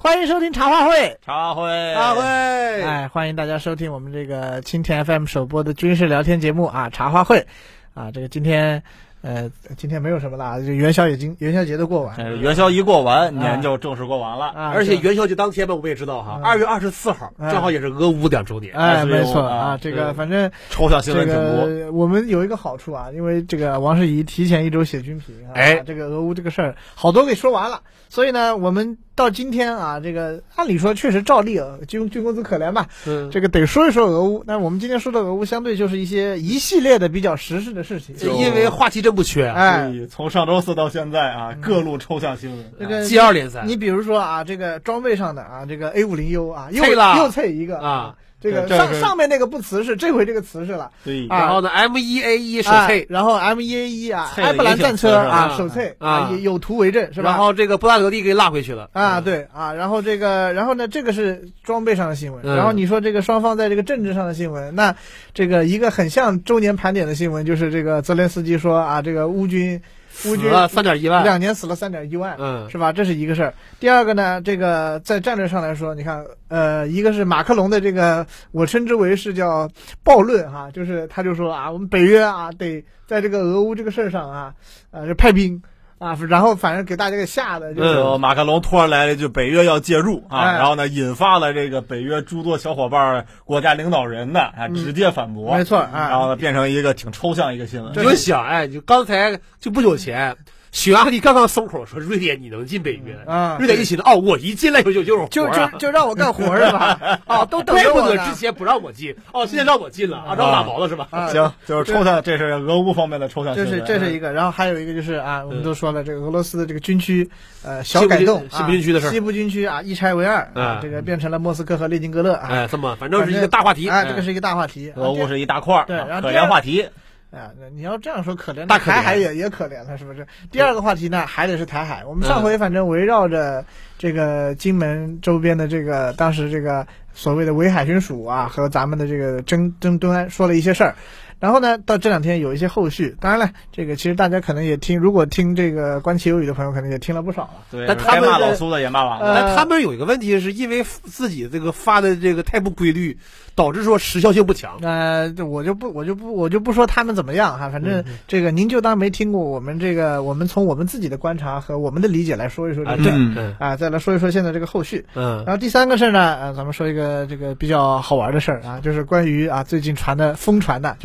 欢迎收听茶话会， 茶话会， 茶会， 哎，欢迎大家收听我们这个蜻蜓 FM 首播的军事聊天节目啊，茶话会啊，这个今天没有什么了，就元宵节都过完， 元宵一过完，年就正式过完了。 而且元宵节当天吧，我们也知道哈，2月24号正好也是俄乌2周年。 哎，没错啊，这个反正抽象新闻挺多。我们有一个好处啊，因为这个王世仪提前1周写军评，哎，这个俄乌这个事儿好多给说完了，所以呢，我们到今天啊，这个按理说确实照例军公子可怜吧，这个得说一说俄乌。但是我们今天说的俄乌，相对就是一系列的比较时事的事情， 因为话题真不缺啊。 哎， 从上周四到现在啊，各路抽象新闻， 这个接二连三。 你比如说啊，这个装备上的啊，这个 A50U 啊，又脆一个啊。 这个上面那个不瓷实，这回这个瓷实了。 对， 然后呢 ，M1A1 手脆， 然后 M1A1 啊，埃布兰战车啊手脆啊，有图为证是吧？ 然后这个布拉德蒂给拉回去了啊，对啊，然后呢，这个是装备上的新闻。然后你说这个双方在这个政治上的新闻，那这个一个很像周年盘点的新闻，就是这个泽连斯基说啊，这个乌军死了3.1万 ，2年死了3.1万，是吧？这是一个事儿。第二个呢，这个在战略上来说，你看，一个是马克龙的这个，我称之为是叫暴论哈，就是他就说啊，我们北约啊得在这个俄乌这个事儿上啊，就派兵。啊，然后反正给大家给吓的， 就是马克龙突然来了一句北约要介入啊，然后呢引发了这个北约诸多小伙伴、国家领导人的直接反驳， 没错， 然后呢变成一个挺抽象一个新闻。 你就想，哎，就刚才就不久前。匈牙利刚刚松口说瑞典你能进北约啊？瑞典一起的我一进来就让我干活是吧？啊，都等着我呢。之前不让我进，现在让我进了啊，让我打毛了是吧？ 行，就是抽象，这是俄乌方面的抽象新闻。 这是一个，然后还有一个就是啊，我们都说了，这个俄罗斯的这个军区小改动， 西部军区的事， 西部军区啊一拆为2啊，这个变成了莫斯科和列宁格勒啊， 哎，这么反正是一个大话题， 哎，这个是一个大话题， 俄乌是一大块， 对，然后可怜话题。 你要这样说可怜，那台海也可怜了，是不是？第二个话题呢，还得是台海。我们上回反正围绕着这个金门周边的这个当时这个所谓的伪海巡署啊，和咱们的这个征端说了一些事儿。然后呢，到这2天有一些后续。当然了，这个其实大家可能也如果听这个观其有语的朋友，可能也听了不少了。 对， 但他们骂老苏的也骂完了。 但他们有一个问题，是因为自己这个发的这个太不规律，导致说时效性不强。 我就不说他们怎么样哈，反正这个您就当没听过。我们从我们自己的观察和我们的理解来说一说这个事儿再来说一说现在这个后续。然后第3个事儿呢，咱们说一个这个比较好玩的事儿啊，就是关于最近疯传的，就是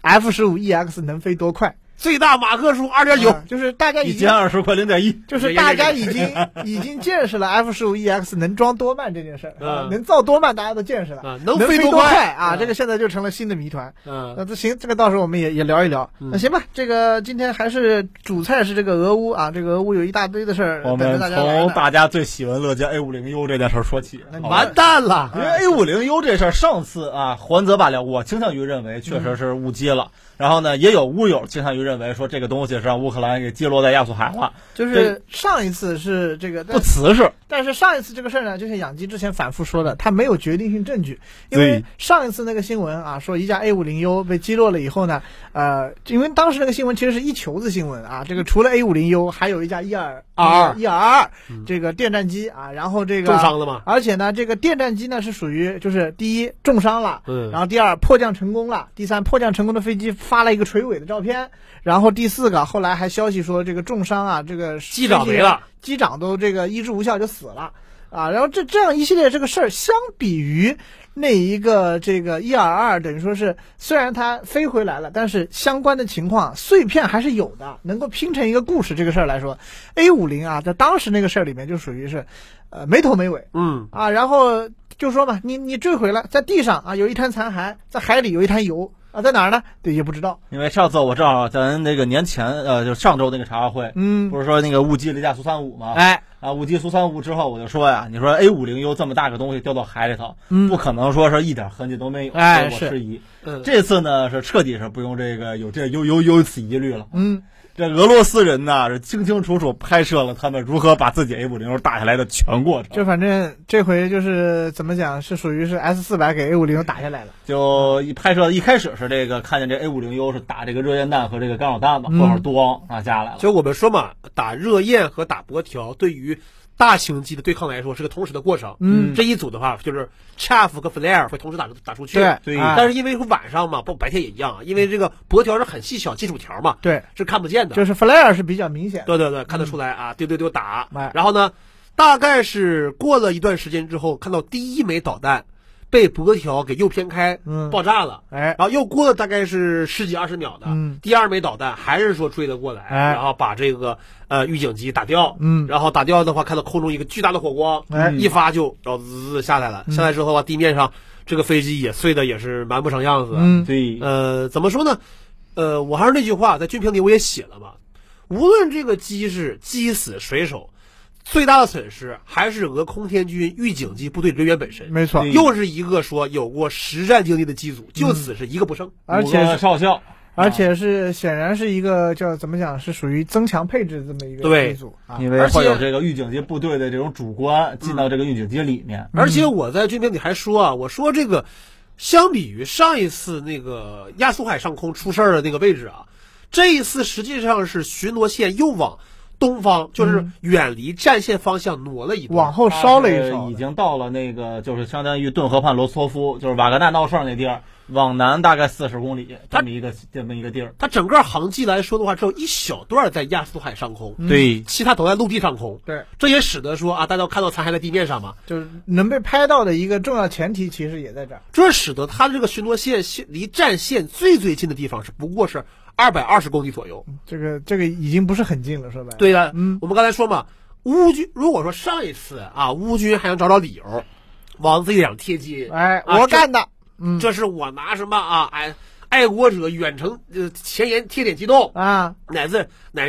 。F-15EX 能飞多快？ 最大马赫数2.9， 就是大家已经 120块0.1， 就是大家已经见识了 F-15EX 能装多慢这件事儿，能造多慢大家都见识了， 能飞多快啊，这个现在就成了新的谜团。那行，这个到时候我们也聊一聊。那行吧，这个今天还是主菜是这个俄乌啊，这个俄乌有一大堆的事儿， 我们从大家最喜闻乐见 A50U 这件事儿说起。 完蛋了， 因为 A50U 这事儿上次啊还则罢了，我倾向于认为确实是误击了。然后呢，也有乌友倾向于认为说这个东西是让乌克兰给击落在亚速海了。 就是上一次是这个不瓷实， 但是上一次这个事儿呢，就像养鸡之前反复说的，它没有决定性证据。因为上一次那个新闻啊，说一架 A50U 被击落了以后呢，因为当时那个新闻其实是一球子新闻啊，这个除了 A50U 还有一架122这个电战机啊，然后这个重伤了嘛， 而且呢，这个电战机呢是属于就是第一重伤了，然后第二迫降成功了，第三迫降成功的飞机发了一个垂尾的照片，然后第4个后来还消息说这个重伤啊，这个机长没了， 机长都这个医治无效就死了啊，然后这样一系列这个事儿，相比于那一个这个122，等于说是虽然它飞回来了，但是相关的情况碎片还是有的，能够拼成一个故事。这个事儿来说 ，A50 啊，在当时那个事儿里面就属于是没头没尾，然后就说嘛，你坠毁了，在地上啊有一滩残骸，在海里有一滩油。在哪儿呢？对，也不知道。 因为上次我正好咱那个年前就上周那个茶话会，不是说那个误击了一架苏35吗？误击苏35之后，我就说呀，你说 A50U 这么大个东西掉到海里头，不可能说是一点痕迹都没有，我质疑。这次呢是彻底是不用这个有此疑虑了。这俄罗斯人呢是清清楚楚拍摄了他们如何把自己 A50U 打下来的全过程。 就反正这回就是怎么讲，是属于是 S400给 A50U 打下来了。 就拍摄一开始是这个看见这 A50U 是打这个热焰弹和这个干扰弹嘛，或者咣下来了。 就我们说嘛，打热焰和打箔条对于大型机的对抗来说是个同时的过程。这一组的话就是 Chaff 和 Flare 会同时打出去。 对， 但是因为晚上嘛，包括白天也一样，因为这个箔条是很细小金属条嘛， 对， 是看不见的。 就是 Flare 是比较明显的。 对，看得出来啊，丢打。然后呢，大概是过了一段时间之后，看到第一枚导弹被箔条给右偏开，爆炸了。然后又过了大概是10几20秒的，第二枚导弹还是说追得过来，然后把这个预警机打掉。然后打掉的话，看到空中一个巨大的火光，一发就然后滋下来了。下来之后的话，地面上这个飞机也碎的也是蛮不成样子。 对， 怎么说呢？我还是那句话，在军评里我也写了嘛，无论这个机是机死水手，最大的损失还是俄空天军预警机部队人员本身。 没错， 又是一个说有过实战经历的机组，就此是一个不剩， 而且少校， 而且是显然是一个叫怎么讲，是属于增强配置这么一个机组。 因为会有这个预警机部队的这种主观进到这个预警机里面。 而且我在军评里还说啊，我说这个相比于上一次那个亚速海上空出事的那个位置啊，这一次实际上是巡逻线又往东方，就是远离战线方向挪了一段， 往后稍了一稍， 已经到了那个就是相当于顿河畔罗斯托夫，就是瓦格纳闹事那地儿，往南大概40公里这么一个地儿。 它整个航迹来说的话，只有一小段在亚速海上空， 对， 其他都在陆地上空。 对， 这也使得说啊，大家都看到残骸在地面上嘛， 就是能被拍到的一个重要前提，其实也在这儿。 这使得它这个巡逻线离战线最近的地方是不过是220公里左右， 这个已经不是很近了，说白了。 对的，我们刚才说嘛，乌军如果说上一次啊，乌军还想找理由往自己脸上贴金， 我干的， 这是我拿什么啊，爱国者远程前沿贴点机动啊， 乃至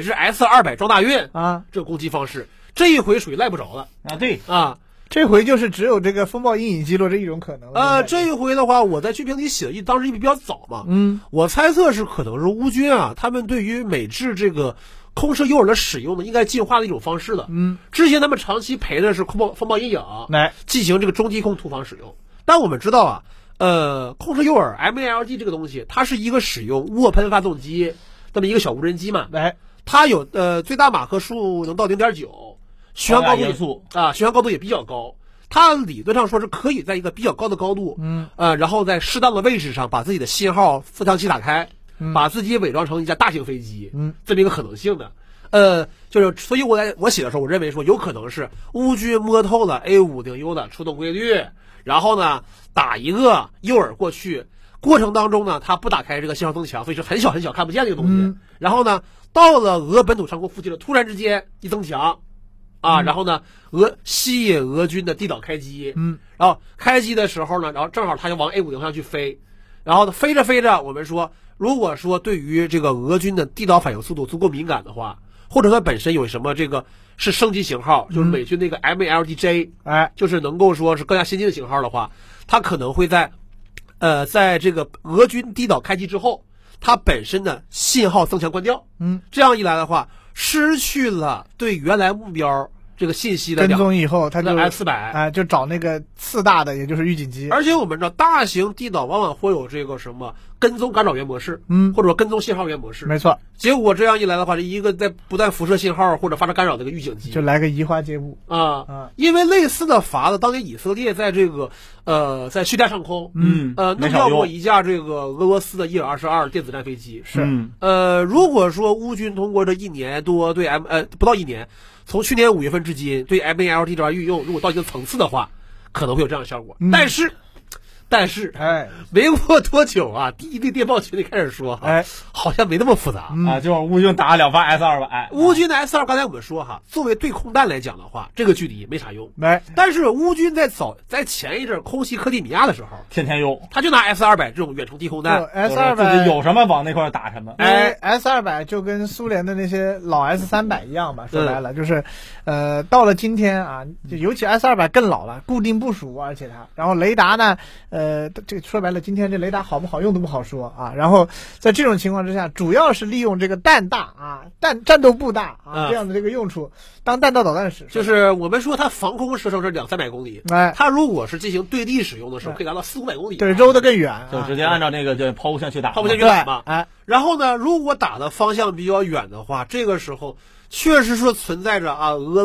S-200 装大运啊， 这个攻击方式，这一回属于赖不着了啊，对啊。 这回就是只有这个风暴阴影击落这一种可能了。 这一回的话，我在剧评里写的当时因为比较早嘛，我猜测是可能是乌军啊，他们对于美制这个空射诱饵的使用呢，应该进化的一种方式了。之前他们长期陪的是风暴阴影，进行这个中低空突防使用。但我们知道啊，空射诱饵 MALD 这个东西，它是一个使用涡喷发动机这么一个小无人机嘛，它有最大马赫数能到0.9。巡航高度也比较高，它理论上说是可以在一个比较高的高度，然后在适当的位置上把自己的信号飞行器打开，把自己伪装成一架大型飞机，这么一个可能性的。就是所以我写的时候，我认为说有可能是乌军摸透了 A50U 的出动规律，然后呢打一个诱饵过去，过程当中呢它不打开这个信号增强，所以是很小看不见的一个东西。然后呢到了俄本土上空附近了，突然之间一增强。然后呢，吸引俄军的地导开机，然后开机的时候呢，然后正好他就往 A50上去飞，然后飞着，我们说，如果说对于这个俄军的地导反应速度足够敏感的话，或者它本身有什么这个是升级型号，就是美军那个 MALDJ，就是能够说是更加先进的型号的话，它可能会在这个俄军地导开机之后，它本身的信号增强关掉，这样一来的话，失去了对原来目标这个信息的跟踪以后，他就 S400， 就找那个次大的，也就是预警机。 而且我们知道，大型地导往往会有这个什么跟踪干扰源模式，或者说跟踪信号源模式。 没错。 结果这样一来的话，这一个在不断辐射信号或者发生干扰的一个预警机， 就来个移花接木因为类似的法子，当年以色列在这个在叙利亚上空，弄掉过一架这个俄罗斯的伊尔22电子战飞机。 是， 如果说乌军通过这1年多对不到1年。从去年5月份至今，对 MALD 这玩意运用，如果到一个层次的话，可能会有这样的效果。但是，没过多久啊，第一队电报群里开始说，好像没那么复杂就是乌军打了2发 S200， 乌军的 S2，刚才我们说作为对空弹来讲的话，这个距离没啥用。但是乌军在前一阵空袭克里米亚的时候， 天天用， 他就拿 S200 这种远程地空弹 ，S200 自己有什么往那块打什么。 S200就跟苏联的那些老 S300一样吧，说白了就是，到了今天啊，尤其 S200 更老了，固定部署，而且然后雷达呢，这个说白了，今天这雷达好不好用都不好说啊。然后在这种情况之下，主要是利用这个弹大战斗部大这样的这个用处，当弹道导弹使。 就是我们说它防空射程是200-300公里，它如果是进行对地使用的时候，可以达到400-500公里， 对，揉得更远， 就直接按照那个抛物线去打， 嘛。然后呢，如果打的方向比较远的话，这个时候确实说存在着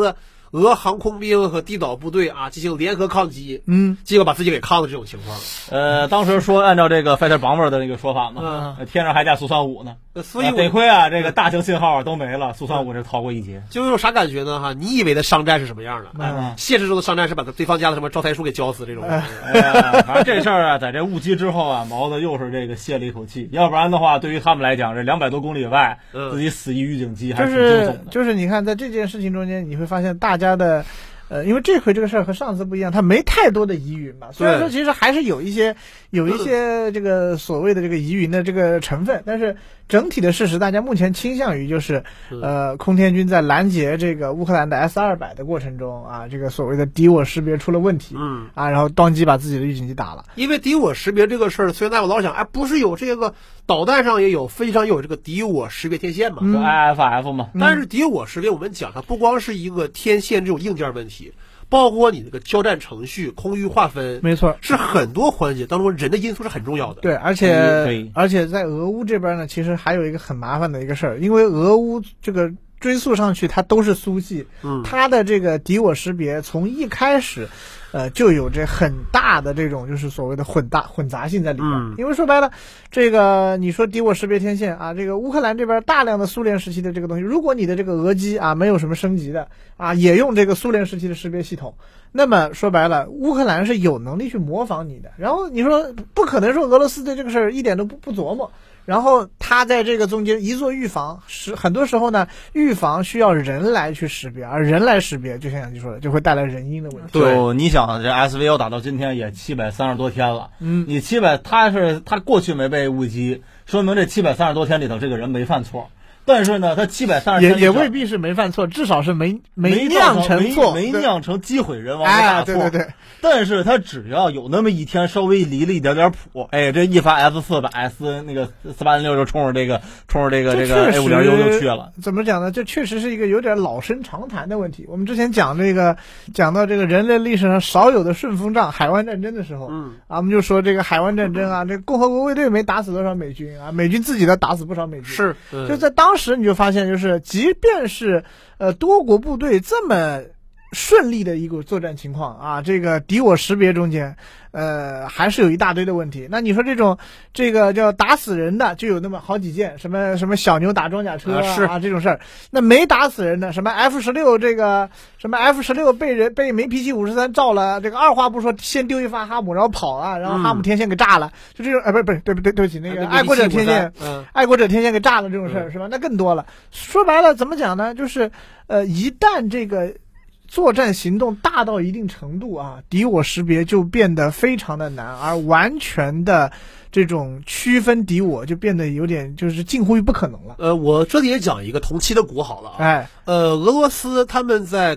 俄航空兵和地导部队啊进行联合抗击，结果把自己给抗了这种情况。 当时说按照这个 Fighter Bomber 的那个说法嘛，天上还架苏35呢，所以得亏啊，这个大型信号都没了，苏35这逃过一劫。 就有啥感觉呢？哈，你以为的商战是什么样的？现实中的商战是把对方家的什么招财树给浇死这种。 反正这事儿啊，在这误击之后啊，毛子又是这个歇了一口气。要不然的话，对于他们来讲，这200多公里外，自己死于预警机还是挺惊悚的。 就是你看，在这件事情中间，你会发现大家的。因为这回这个事儿和上次不一样，它没太多的疑云嘛。虽然说其实还是有一些这个所谓的这个疑云的这个成分，但是整体的事实，大家目前倾向于就是，空天军在拦截这个乌克兰的 S-200的过程中啊，这个所谓的敌我识别出了问题，然后当即把自己的预警机打了。 因为敌我识别这个事儿，虽然我老想，不是有这个导弹上也有，飞机上也有这个敌我识别天线嘛， 就 IFF 嘛。 但是敌我识别，我们讲它不光是一个天线这种硬件问题。包括你这个交战程序、空域划分， 没错， 是很多环节当中人的因素是很重要的。 对，而且在俄乌这边呢，其实还有一个很麻烦的一个事儿，因为俄乌这个追溯上去，它都是苏系，它的这个敌我识别从一开始，就有这很大的这种就是所谓的混杂性在里边。因为说白了，这个你说敌我识别天线啊，这个乌克兰这边大量的苏联时期的这个东西，如果你的这个俄机啊没有什么升级的啊，也用这个苏联时期的识别系统，那么说白了，乌克兰是有能力去模仿你的。然后你说不可能说俄罗斯对这个事儿一点都不琢磨。然后他在这个中间一做预防，很多时候呢，预防需要人来去识别，而人来识别，就像你说的，就会带来人因的问题。 对，你想这 SVO 打到今天也730多天了，你他过去没被误击，说明这730多天里头这个人没犯错。但是呢，他730天也未必是没犯错，至少是没酿成错， 没酿成击毁人亡的大错。 对。 但是他只要有那么一天稍微离了一点谱，这一发 S400那个486就冲着这个 A501就去了。 怎么讲呢？这确实是一个有点老生常谈的问题。我们之前讲到这个人类历史上少有的顺风仗海湾战争的时候，我们就说这个海湾战争啊，这共和国卫队没打死多少美军啊，美军自己的打死不少美军。 是， 就在当时你就发现，就是即便是多国部队这么顺利的一个作战情况啊，这个敌我识别中间还是有一大堆的问题。那你说这个叫打死人的就有那么好几件，什么小牛打装甲车啊这种事儿。那没打死人的，什么 F16 被梅皮奇53照了，这个二话不说先丢一发哈姆然后跑了，然后哈姆天线给炸了，就这种对不起，那个爱国者天线给炸了这种事儿是吧？那更多了。说白了怎么讲呢？就是一旦这个作战行动大到一定程度啊，敌我识别就变得非常的难，而完全的这种区分敌我就变得有点就是近乎于不可能了。 我这里也讲一个同期的股好了啊。俄罗斯他们在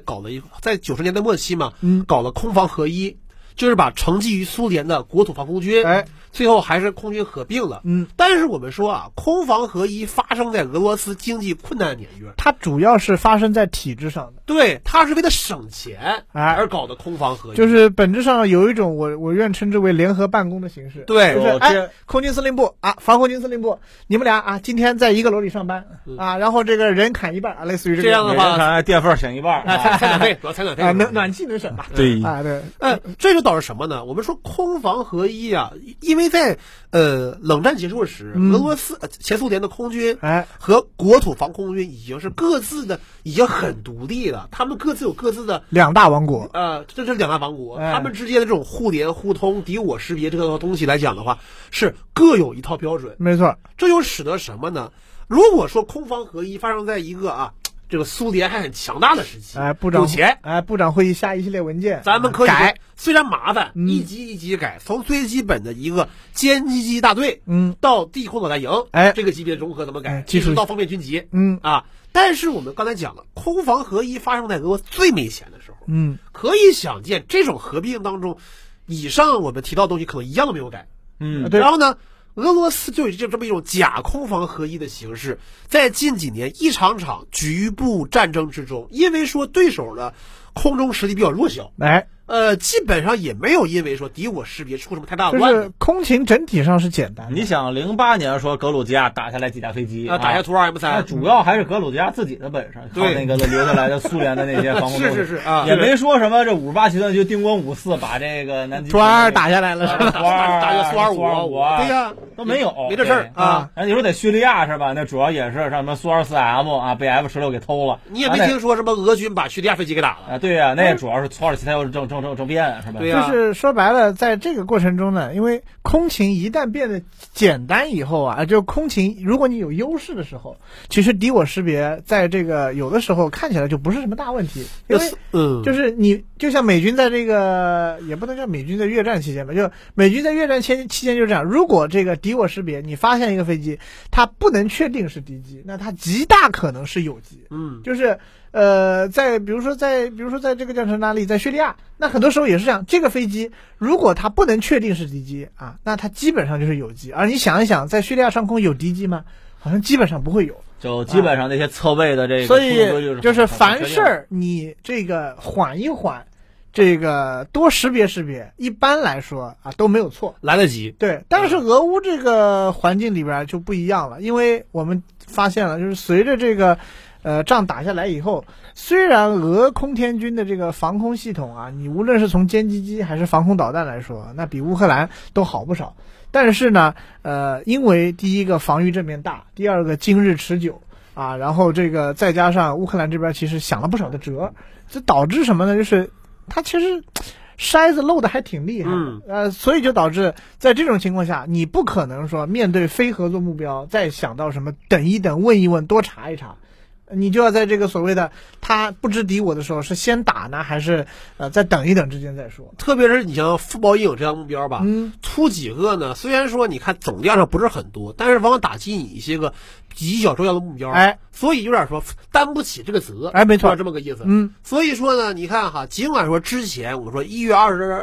90年代末期嘛，搞了空防合一，就是把承继于苏联的国土防空军，最后还是空军合并了。但是我们说啊，空防合一发生在俄罗斯经济困难年月， 它主要是发生在体制上的。 对，它是为了省钱而搞的空防合一， 就是本质上有一种我愿称之为联合办公的形式。 对， 就是空军司令部啊，防空军司令部，你们俩啊，今天在一个楼里上班啊，然后这个人砍一半啊，类似于这样的话， 电费省一半， 采暖费主要采暖费啊，暖气能省吧？ 对对， 这就导致什么呢？我们说空防合一啊，因为在冷战结束时，俄罗斯前苏联的空军和国土防空军已经是各自的已经很独立了，他们各自有各自的两大王国。 这是两大王国，他们之间的这种互联互通、敌我识别这个东西来讲的话，是各有一套标准。 没错， 这就使得什么呢？如果说空防合一发生在一个这个苏联还很强大的时期，有钱， 部长会议下一系列文件， 咱们可以改，虽然麻烦，一级一级改，从最基本的一个歼击机大队，到地空导弹营，这个级别融合怎么改，技术到方面军级，但是我们刚才讲了，空防合一发生在俄罗斯最没钱的时候，可以想见这种合并当中，以上我们提到的东西可能一样都没有改，然后呢，俄罗斯就以这么一种假空防合一的形式，在近几年一场场局部战争之中，因为说对手的空中实力比较弱小， 基本上也没有因为说敌我识别出什么太大的乱子。就是空情整体上是简单的。 你想08年说格鲁吉亚打下来几架飞机打下图 2M3， 主要还是格鲁吉亚自己的本事，靠那个留下来的苏联的那些防空是啊， 也没说什么这58集团军丁光54把这个南极图2打下来了，是吧？ 打下苏25，对呀， 都没有， 没这事儿啊。 然后你说在叙利亚是吧？那主要也是什么苏24M 啊，被 F-16给偷了。 你也没听说什么俄军把叙利亚飞机给打了啊？对呀，那也主要是土耳其它又是政变，是吧？ 对呀， 就是说白了，在这个过程中呢，因为空情一旦变得简单以后啊，就空情，如果你有优势的时候，其实敌我识别在这个有的时候看起来就不是什么大问题，因为就是你就像美军在这个也不能叫美军在越战期间吧，就美军在越战期间就是这样，如果这个敌我识别你发现一个飞机，它不能确定是敌机，那它极大可能是友机，就是比如说在这个叫什么哪里，在叙利亚，那很多时候也是这样，这个飞机如果它不能确定是敌机啊，那它基本上就是友机。而你想一想，在叙利亚上空有敌机吗？好像基本上不会有， 就基本上那些侧位的这个， 所以就是凡事你这个缓一缓，这个多识别识别，一般来说啊都没有错， 来得及。 对，但是俄乌这个环境里边就不一样了，因为我们发现了，就是随着这个仗打下来以后，虽然俄空天军的这个防空系统啊，你无论是从歼击机还是防空导弹来说，那比乌克兰都好不少。但是呢，因为第一个防御正面大，第二个今日持久啊，然后这个再加上乌克兰这边其实想了不少的辙，这导致什么呢？就是它其实筛子漏的还挺厉害的，所以就导致在这种情况下，你不可能说面对非合作目标再想到什么等一等、问一问、多查一查。你就要在这个所谓的他不知敌我的时候，是先打呢，还是再等一等之间再说？ 特别是你像富宝鹰这样目标吧，出几个呢？虽然说你看总量上不是很多，但是往往打击你一些个比较重要的目标，所以有点说担不起这个责， 没错， 这么个意思。所以说呢，你看哈，尽管说之前我们说1月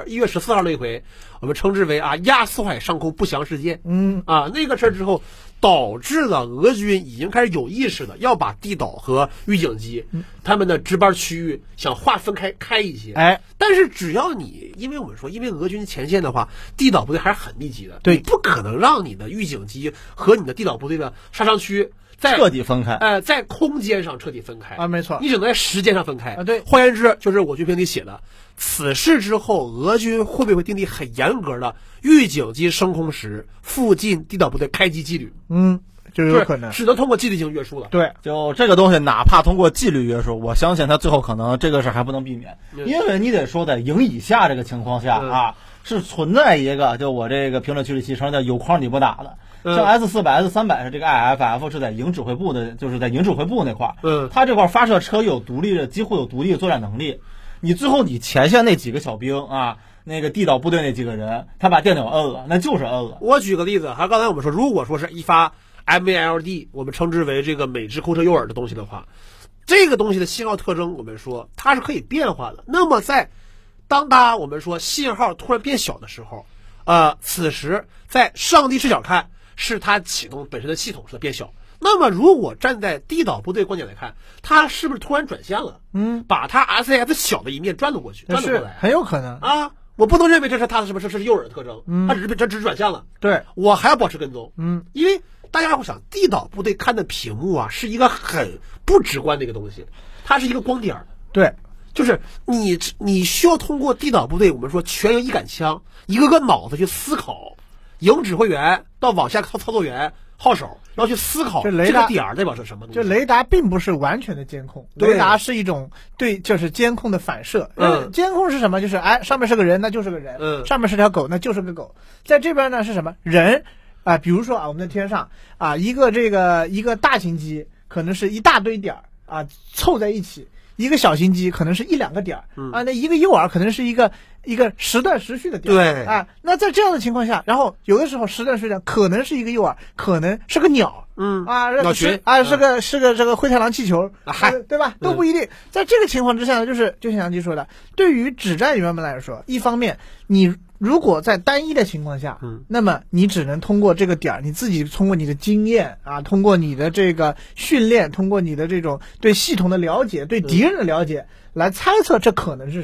14号那回，我们称之为亚速海上空不祥事件，那个事儿之后，导致了俄军已经开始有意识的要把地导和预警机他们的值班区域想划分开一些。但是只要你，因为俄军前线的话，地导部队还是很密集的， 对， 你不可能让你的预警机和你的地导部队的杀伤区彻底分开， 在空间上彻底分开没错， 你只能在时间上分开对， 换言之，就是我军评里写的，此事之后，俄军会不会订立很严格的预警机升空时附近地导部队开机纪律？ 就有可能只能通过纪律性约束了。 对， 就这个东西，哪怕通过纪律约束，我相信他最后可能这个事还不能避免，因为你得说在营以下这个情况下是存在一个，就我这个评论区里戏称叫有框你不打的。像 S400、S300是这个 IFF 是在营指挥部的，就是在营指挥部那块它这块发射车几乎有独立的作战能力。你最后你前线那几个小兵那个地导部队那几个人，他把电钮摁了，那就是摁了。 我举个例子刚才我们说，如果说是一发 MALD， 我们称之为这个美制空射诱饵的东西的话，这个东西的信号特征我们说它是可以变化的。那么当我们说信号突然变小的时候，此时在上帝视角看是它启动本身的系统是变小。那么如果站在地导部队观点来看，它是不是突然转向了？把它 SAS 小的一面转了过去，转了过来， 很有可能我不能认为这是它的什么是诱饵的特征，它只是转向了。 对， 我还要保持跟踪。因为大家会想，地导部队看的屏幕是一个很不直观的一个东西，它是一个光点。 对， 就是你需要通过地导部队，我们说全营一杆枪，一个个脑子去思考，营指挥员到往下操作员号手要去思考这个点代表是什么东西。 这雷达并不是完全的监控，雷达是一种就是监控的反射。监控是什么？就是上面是个人，那就是个人；上面是条狗，那就是个狗。在这边呢是什么？人比如说我们在天上一个大型机可能是一大堆点凑在一起。一个小型机可能是1-2个点那一个诱饵可能是一个时断时续的点。 对那在这样的情况下，然后有的时候时断时续可能是一个诱饵，可能是个鸟， 鸟群是个这个灰太狼气球，对吧？都不一定。在这个情况之下呢，就像杨基说的，对于指战员们来说，一方面你如果在单一的情况下，那么你只能通过这个点，你自己通过你的经验通过你的这个训练，通过你的这种对系统的了解，对敌人的了解，来猜测这可能是什么。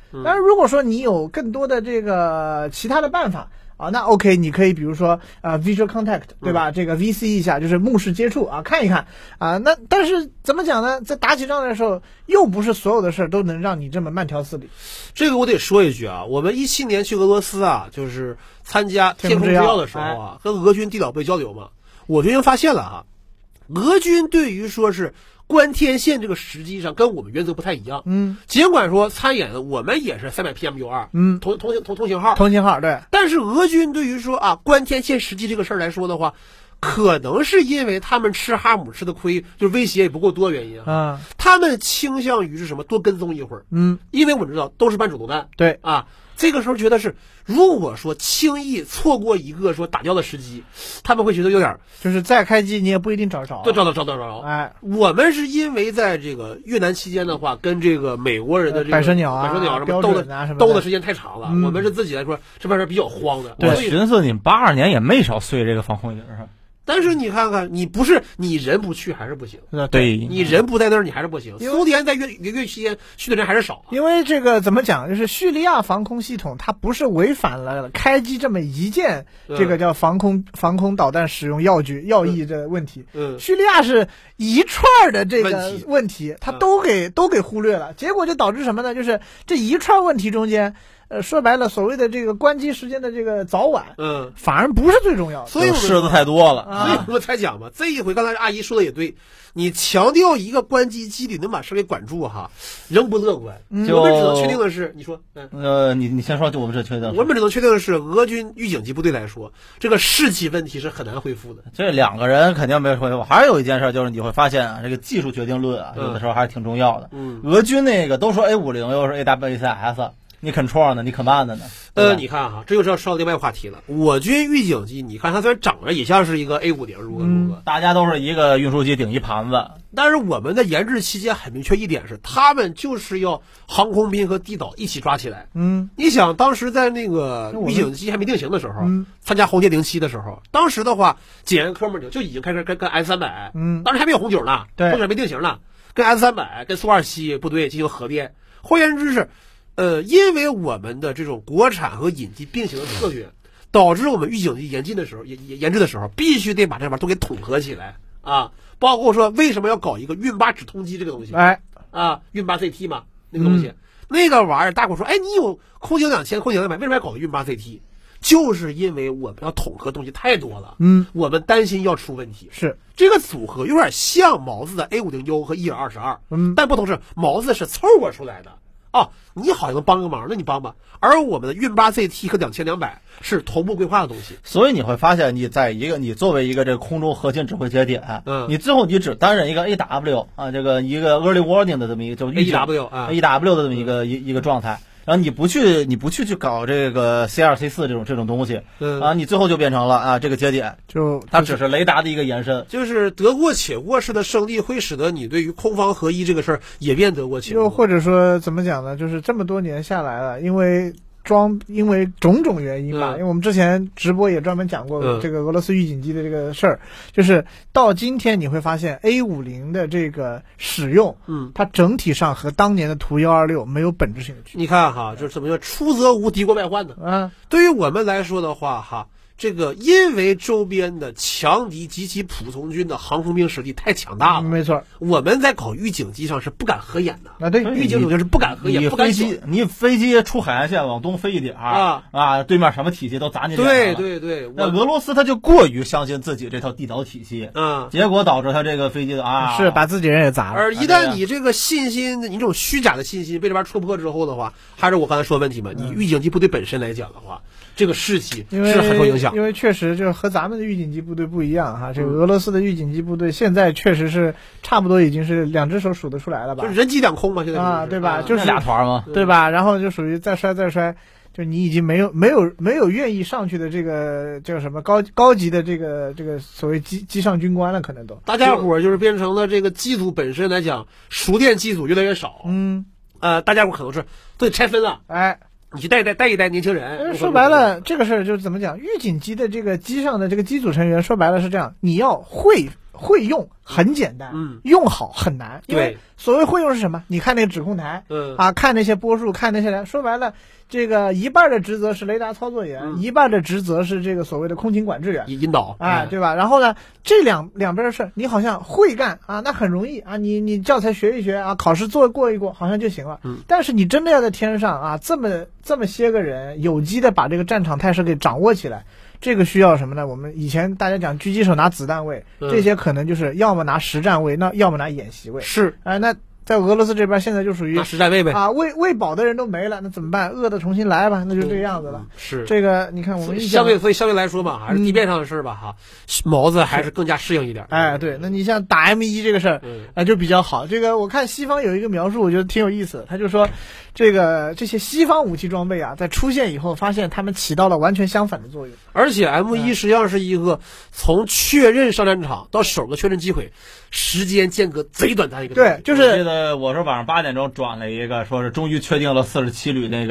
当然，如果说你有更多的这个其他的办法啊，那 OK， 你可以比如说visual contact， 对吧？这个 VC 一下，就是目视接触啊，看一看啊。那但是怎么讲呢？在打起仗来的时候，又不是所有的事儿都能让你这么慢条斯理。 这个我得说一句啊，我们17年去俄罗斯啊，就是参加天空之钥的时候啊，跟俄军地导部交流嘛，我就已经发现了哈，俄军对于说是观天线这个实际上跟我们原则不太一样。尽管说参演我们也是300 PMU2，同型号， 对。 但是俄军对于说啊观天线实际这个事儿来说的话，可能是因为他们吃哈姆吃的亏，就是威胁也不够多的原因啊。他们倾向于是什么？多跟踪一会儿。因为我知道都是半主动弹。 对啊。这个时候觉得是，如果说轻易错过一个说打掉的时机，他们会觉得有点就是再开机你也不一定找着。 对，找到。哎，我们是因为在这个越南期间的话，跟这个美国人的这个百舌鸟什么斗的时间太长了，我们是自己来说这边是比较慌的。 我寻思你82年也没少碎这个防空营上。 但是你看看，你不是你人不去还是不行， 对， 你人不在那儿你还是不行。苏联在越期间去的人还是少， 因为这个怎么讲，就是叙利亚防空系统它不是违反了开机这么一件这个叫防空导弹使用要义的问题。叙利亚是一串的这个问题，它都给忽略了，结果就导致什么呢？就是这一串问题中间。说白了，所谓的这个关机时间的这个早晚，反而不是最重要的， 所以柿子太多了， 所以我们才讲嘛。这一回，刚才阿姨说的也对，你强调一个关机机理能把事给管住哈，仍不乐观。我们只能确定的是，你说， 你先说，就我们只确定， 我们只能确定的是，俄军预警机部队来说，这个士气问题是很难恢复的。 这2个人肯定没有恢复。还有一件事就是你会发现啊，这个技术决定论啊，有的时候还是挺重要的。俄军那个都说 A50，又是 AWACS。你 control 呢？你 command 呢？ 你看哈，这就是要说到另外话题了。我军预警机，你看它虽然长得也像是一个 A50，如何， 大家都是一个运输机顶一盘子， 但是我们在研制期间很明确一点是，他们就是要航空兵和地导一起抓起来。你想当时在那个预警机还没定型的时候，参加红街07的时候，当时的话，检验科目就已经开始跟 S300，当时还没有红酒呢，红酒还没定型呢，跟 S300跟苏27部队进行核变。换言之是。因为我们的这种国产和引进并行的策略，导致我们预警机研制的时候，必须得把这玩意儿都给统合起来啊。包括说为什么要搞一个运8直通机这个东西？运8 ZT 嘛，那个东西，那个玩意儿，大伙说，你有空警2000、空警200，为什么要搞个运8 ZT？就是因为我们要统合东西太多了，我们担心要出问题。 是这个组合有点像毛子的 A50U 和1.22，但不同是毛子是凑合出来的。你好像能帮个忙，那你帮吧。而我们的运8 ZT 和2200是同步规划的东西， 所以你会发现，你作为一个这个空中核心指挥节点，你最后你只担任一个 AW 啊，这个一个 early warning 的这么一个就 AW 的这么一个状态。然后你不去搞这个 C2、C4 这种东西，你最后就变成了这个节点，它只是雷达的一个延伸， 就是得过且过式的胜利会使得你对于空方合一这个事儿也变得过且过。 又或者说怎么讲呢？就是这么多年下来了，因为种种原因吧，因为我们之前直播也专门讲过这个俄罗斯预警机的这个事儿，就是到今天你会发现 A50的这个使用，它整体上和当年的图126没有本质性的区别。 你看哈，就是怎么说，出则无，敌国外患的。对于我们来说的话，哈。这个因为周边的强敌及其普通军的航空兵实力太强大了， 没错， 我们在搞预警机上是不敢合眼的。 对， 预警就是不敢合眼，不敢选。你飞机出海岸线往东飞一点对面什么体系都砸你脸上了。 对。 那俄罗斯他就过于相信自己这套地导体系，结果导致他这个飞机是把自己人也砸了。 而一旦你这个信心，你这种虚假的信心被这边戳破之后的话，还是我刚才说的问题嘛，你预警机部队本身来讲的话，这个士气是很受影响。 因为确实就是和咱们的预警机部队不一样哈，这个俄罗斯的预警机部队现在确实是差不多已经是2只手数得出来了吧？ 就是人机两空嘛，现在对吧？就是俩团嘛， 对吧？然后就属于再摔，就你已经没有愿意上去的这个叫什么高级的这个所谓机上军官了，可能都大家伙就是变成了这个机组本身来讲，熟练机组越来越少。大家伙可能是都得拆分了。你去带一带年轻人。 说白了，这个事儿就是怎么讲？预警机的这个机上的这个机组成员，说白了是这样：你要会会用很简单，用好很难。因为所谓会用是什么？你看那个指控台，看那些波数，看那些人，说白了，这个一半的职责是雷达操作员，一半的职责是这个所谓的空勤管制员引导， 对吧？然后呢，这两边的事你好像会干啊，那很容易啊，你教材学一学啊，考试过一过，好像就行了。但是你真的要在天上啊，这么些个人有机的把这个战场态势给掌握起来。这个需要什么呢？我们以前大家讲狙击手拿子弹位，这些可能就是要么拿实战位，那要么拿演习位。 是， 那在俄罗斯这边现在就属于拿实战位呗啊，喂饱的人都没了，那怎么办？饿的重新来吧，那就这个样子了。 是这个，你看我们相对来说吧，还是地面上的事儿吧，哈，毛子还是更加适应一点。 对，那你像打 M1这个事儿，就比较好。这个我看西方有一个描述，我觉得挺有意思的，他就说，这些西方武器装备啊，在出现以后，发现他们起到了完全相反的作用。 而且 M1实际上是一个从确认上战场到首个确认击毁，时间间隔贼短暂一个。 对，就是我记得我是晚上8点钟转了一个，说是终于确定了47旅那个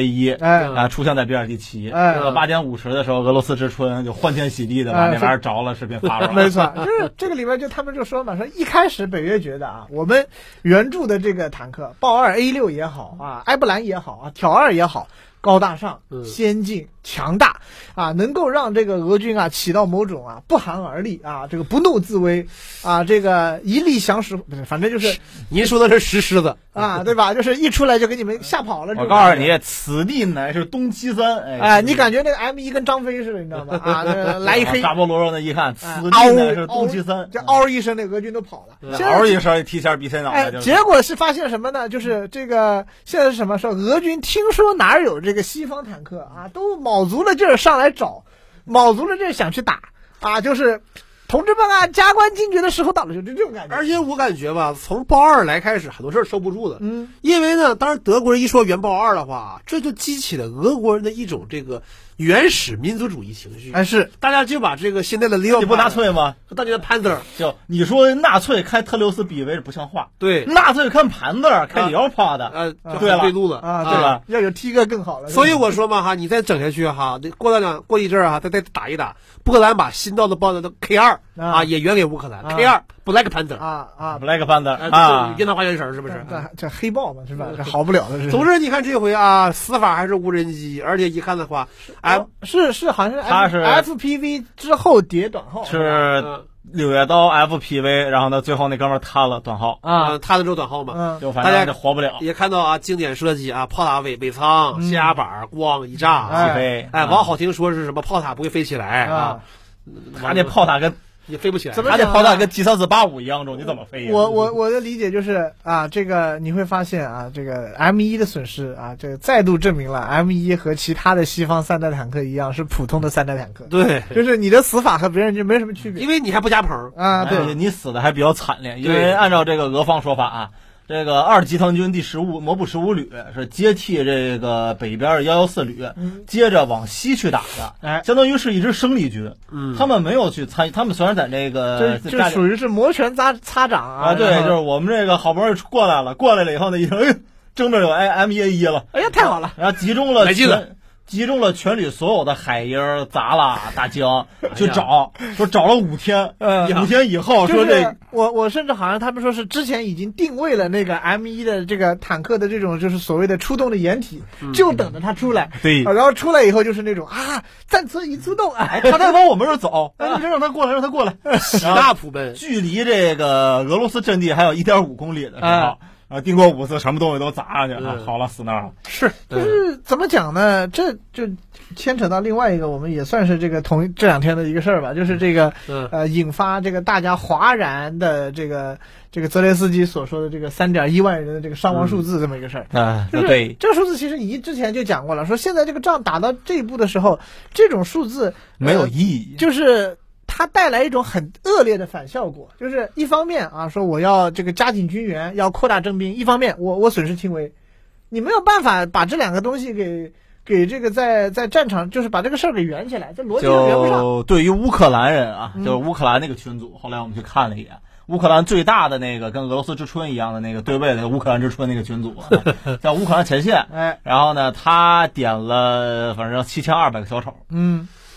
M1A1，出现在比尔第7。8点50的时候，俄罗斯之春就欢天喜地的把那玩意儿着了，视频发出来。 没错，就是这个里面他们就说嘛，说一开始北约觉得啊，我们援助的这个坦克豹2 A6也好啊，埃布兰也好啊，挑2也好。高大上、先进、强大啊，能够让这个俄军啊起到某种不寒而栗啊，这个不怒自威啊，这个一力降十，不是，反正就是您说的是石狮子啊，对吧？就是一出来就给你们吓跑了。 我告诉你，此地乃是东七三。 你感觉那个 M1跟张飞似的，你知道吗？啊，来一黑大波罗肉那一看，此地乃是东七三， 这嗷一声，那俄军都跑了， 嗷一声提前比谁脑袋。 结果是发现什么呢？就是这个现在是什么？说俄军听说哪有这个西方坦克啊，都卯足了劲儿上来找，卯足了劲儿想去打啊，就是同志们啊，加官进爵的时候到了，就这种感觉。 而且我感觉吧，从豹2来开始，很多事儿收不住的。因为呢，当然德国人一说援豹2的话，这就激起了俄国人的一种这个原始民族主义情绪。 是大家就把这个现在的Leopard， 你不纳粹吗？ 大家的 Panzer， 就你说纳粹开特留斯比维不像话， 对， 纳粹看Panzer开Leopard， 对了，对路子啊， 对吧？ 要有 T 哥更好了。 所以我说嘛哈，你再整下去哈，过一阵儿哈，再打一打，波兰把新到的豹子的 K2啊也援给乌克兰，K2 Black Panther Black Panther 樱桃花原神是不是？ 这黑豹嘛是吧？这好不了的是。 总之你看这回啊，死法还是无人机，而且一看的话， 是好像它是 FPV 之后叠短号， 是6月刀 FPV， 然后呢最后那哥们摊了短号摊了之后短号嘛， 就反正就活不了。 也看到啊，经典设计啊，炮塔尾舱泄压板咣一炸起飞， 往好听说是什么炮塔不会飞起来啊， 他那炮塔跟也飞不起来， 他这炮塔跟 G3485一样重，你怎么飞呀？ 我的理解就是啊，这个你会发现啊，这个 M1的损失啊，这个再度证明了 M1和其他的西方3代坦克一样是普通的3代坦克。 对， 就是你的死法和别人就没什么区别， 因为你还不加棚啊。对， 你死的还比较惨烈，因为按照这个俄方说法啊。这个2集团军第摩步15旅是接替这个北边114旅，接着往西去打的，相当于是一支生力军。他们没有去参与，他们虽然在这个这属于是摩拳擦掌啊。 对，就是我们这个好不容易过来了以后呢，一听争着有 M1A1 了， 哎呀太好了， 然后集中了全旅所有的海鹰、杂拉、大疆去找，说找了5天，5天以后说这我甚至好像他们说是之前已经定位了那个 M1的这个坦克的这种就是所谓的出动的掩体，就等着它出来。 对， 然后出来以后就是那种战车一出动， 他在往我们这儿走，那就让他过来， 喜大普奔。 距离这个俄罗斯阵地还有1.5公里的时候。定过5次，什么东西都砸上去了，好了，死那儿了。 就是怎么讲呢？这就牵扯到另外一个，我们也算是这个这2天的一个事儿吧，就是这个引发这个大家哗然的这个泽连斯基所说的这个3.1万人的这个伤亡数字这么一个事儿。 对， 这个数字其实你之前就讲过了，说现在这个仗打到这一步的时候，这种数字没有意义， 就是它带来一种很恶劣的反效果，就是一方面说我要这个加紧军援，要扩大征兵，一方面我损失轻微，你没有办法把这2个东西给这个在战场就是把这个事儿给圆起来，这逻辑上圆不上。 就对于乌克兰人就是乌克兰那个群组，后来我们去看了一眼，乌克兰最大的那个跟俄罗斯之春一样的那个对位的乌克兰之春那个群组，叫乌克兰前线，然后呢他点了反正7200个小丑，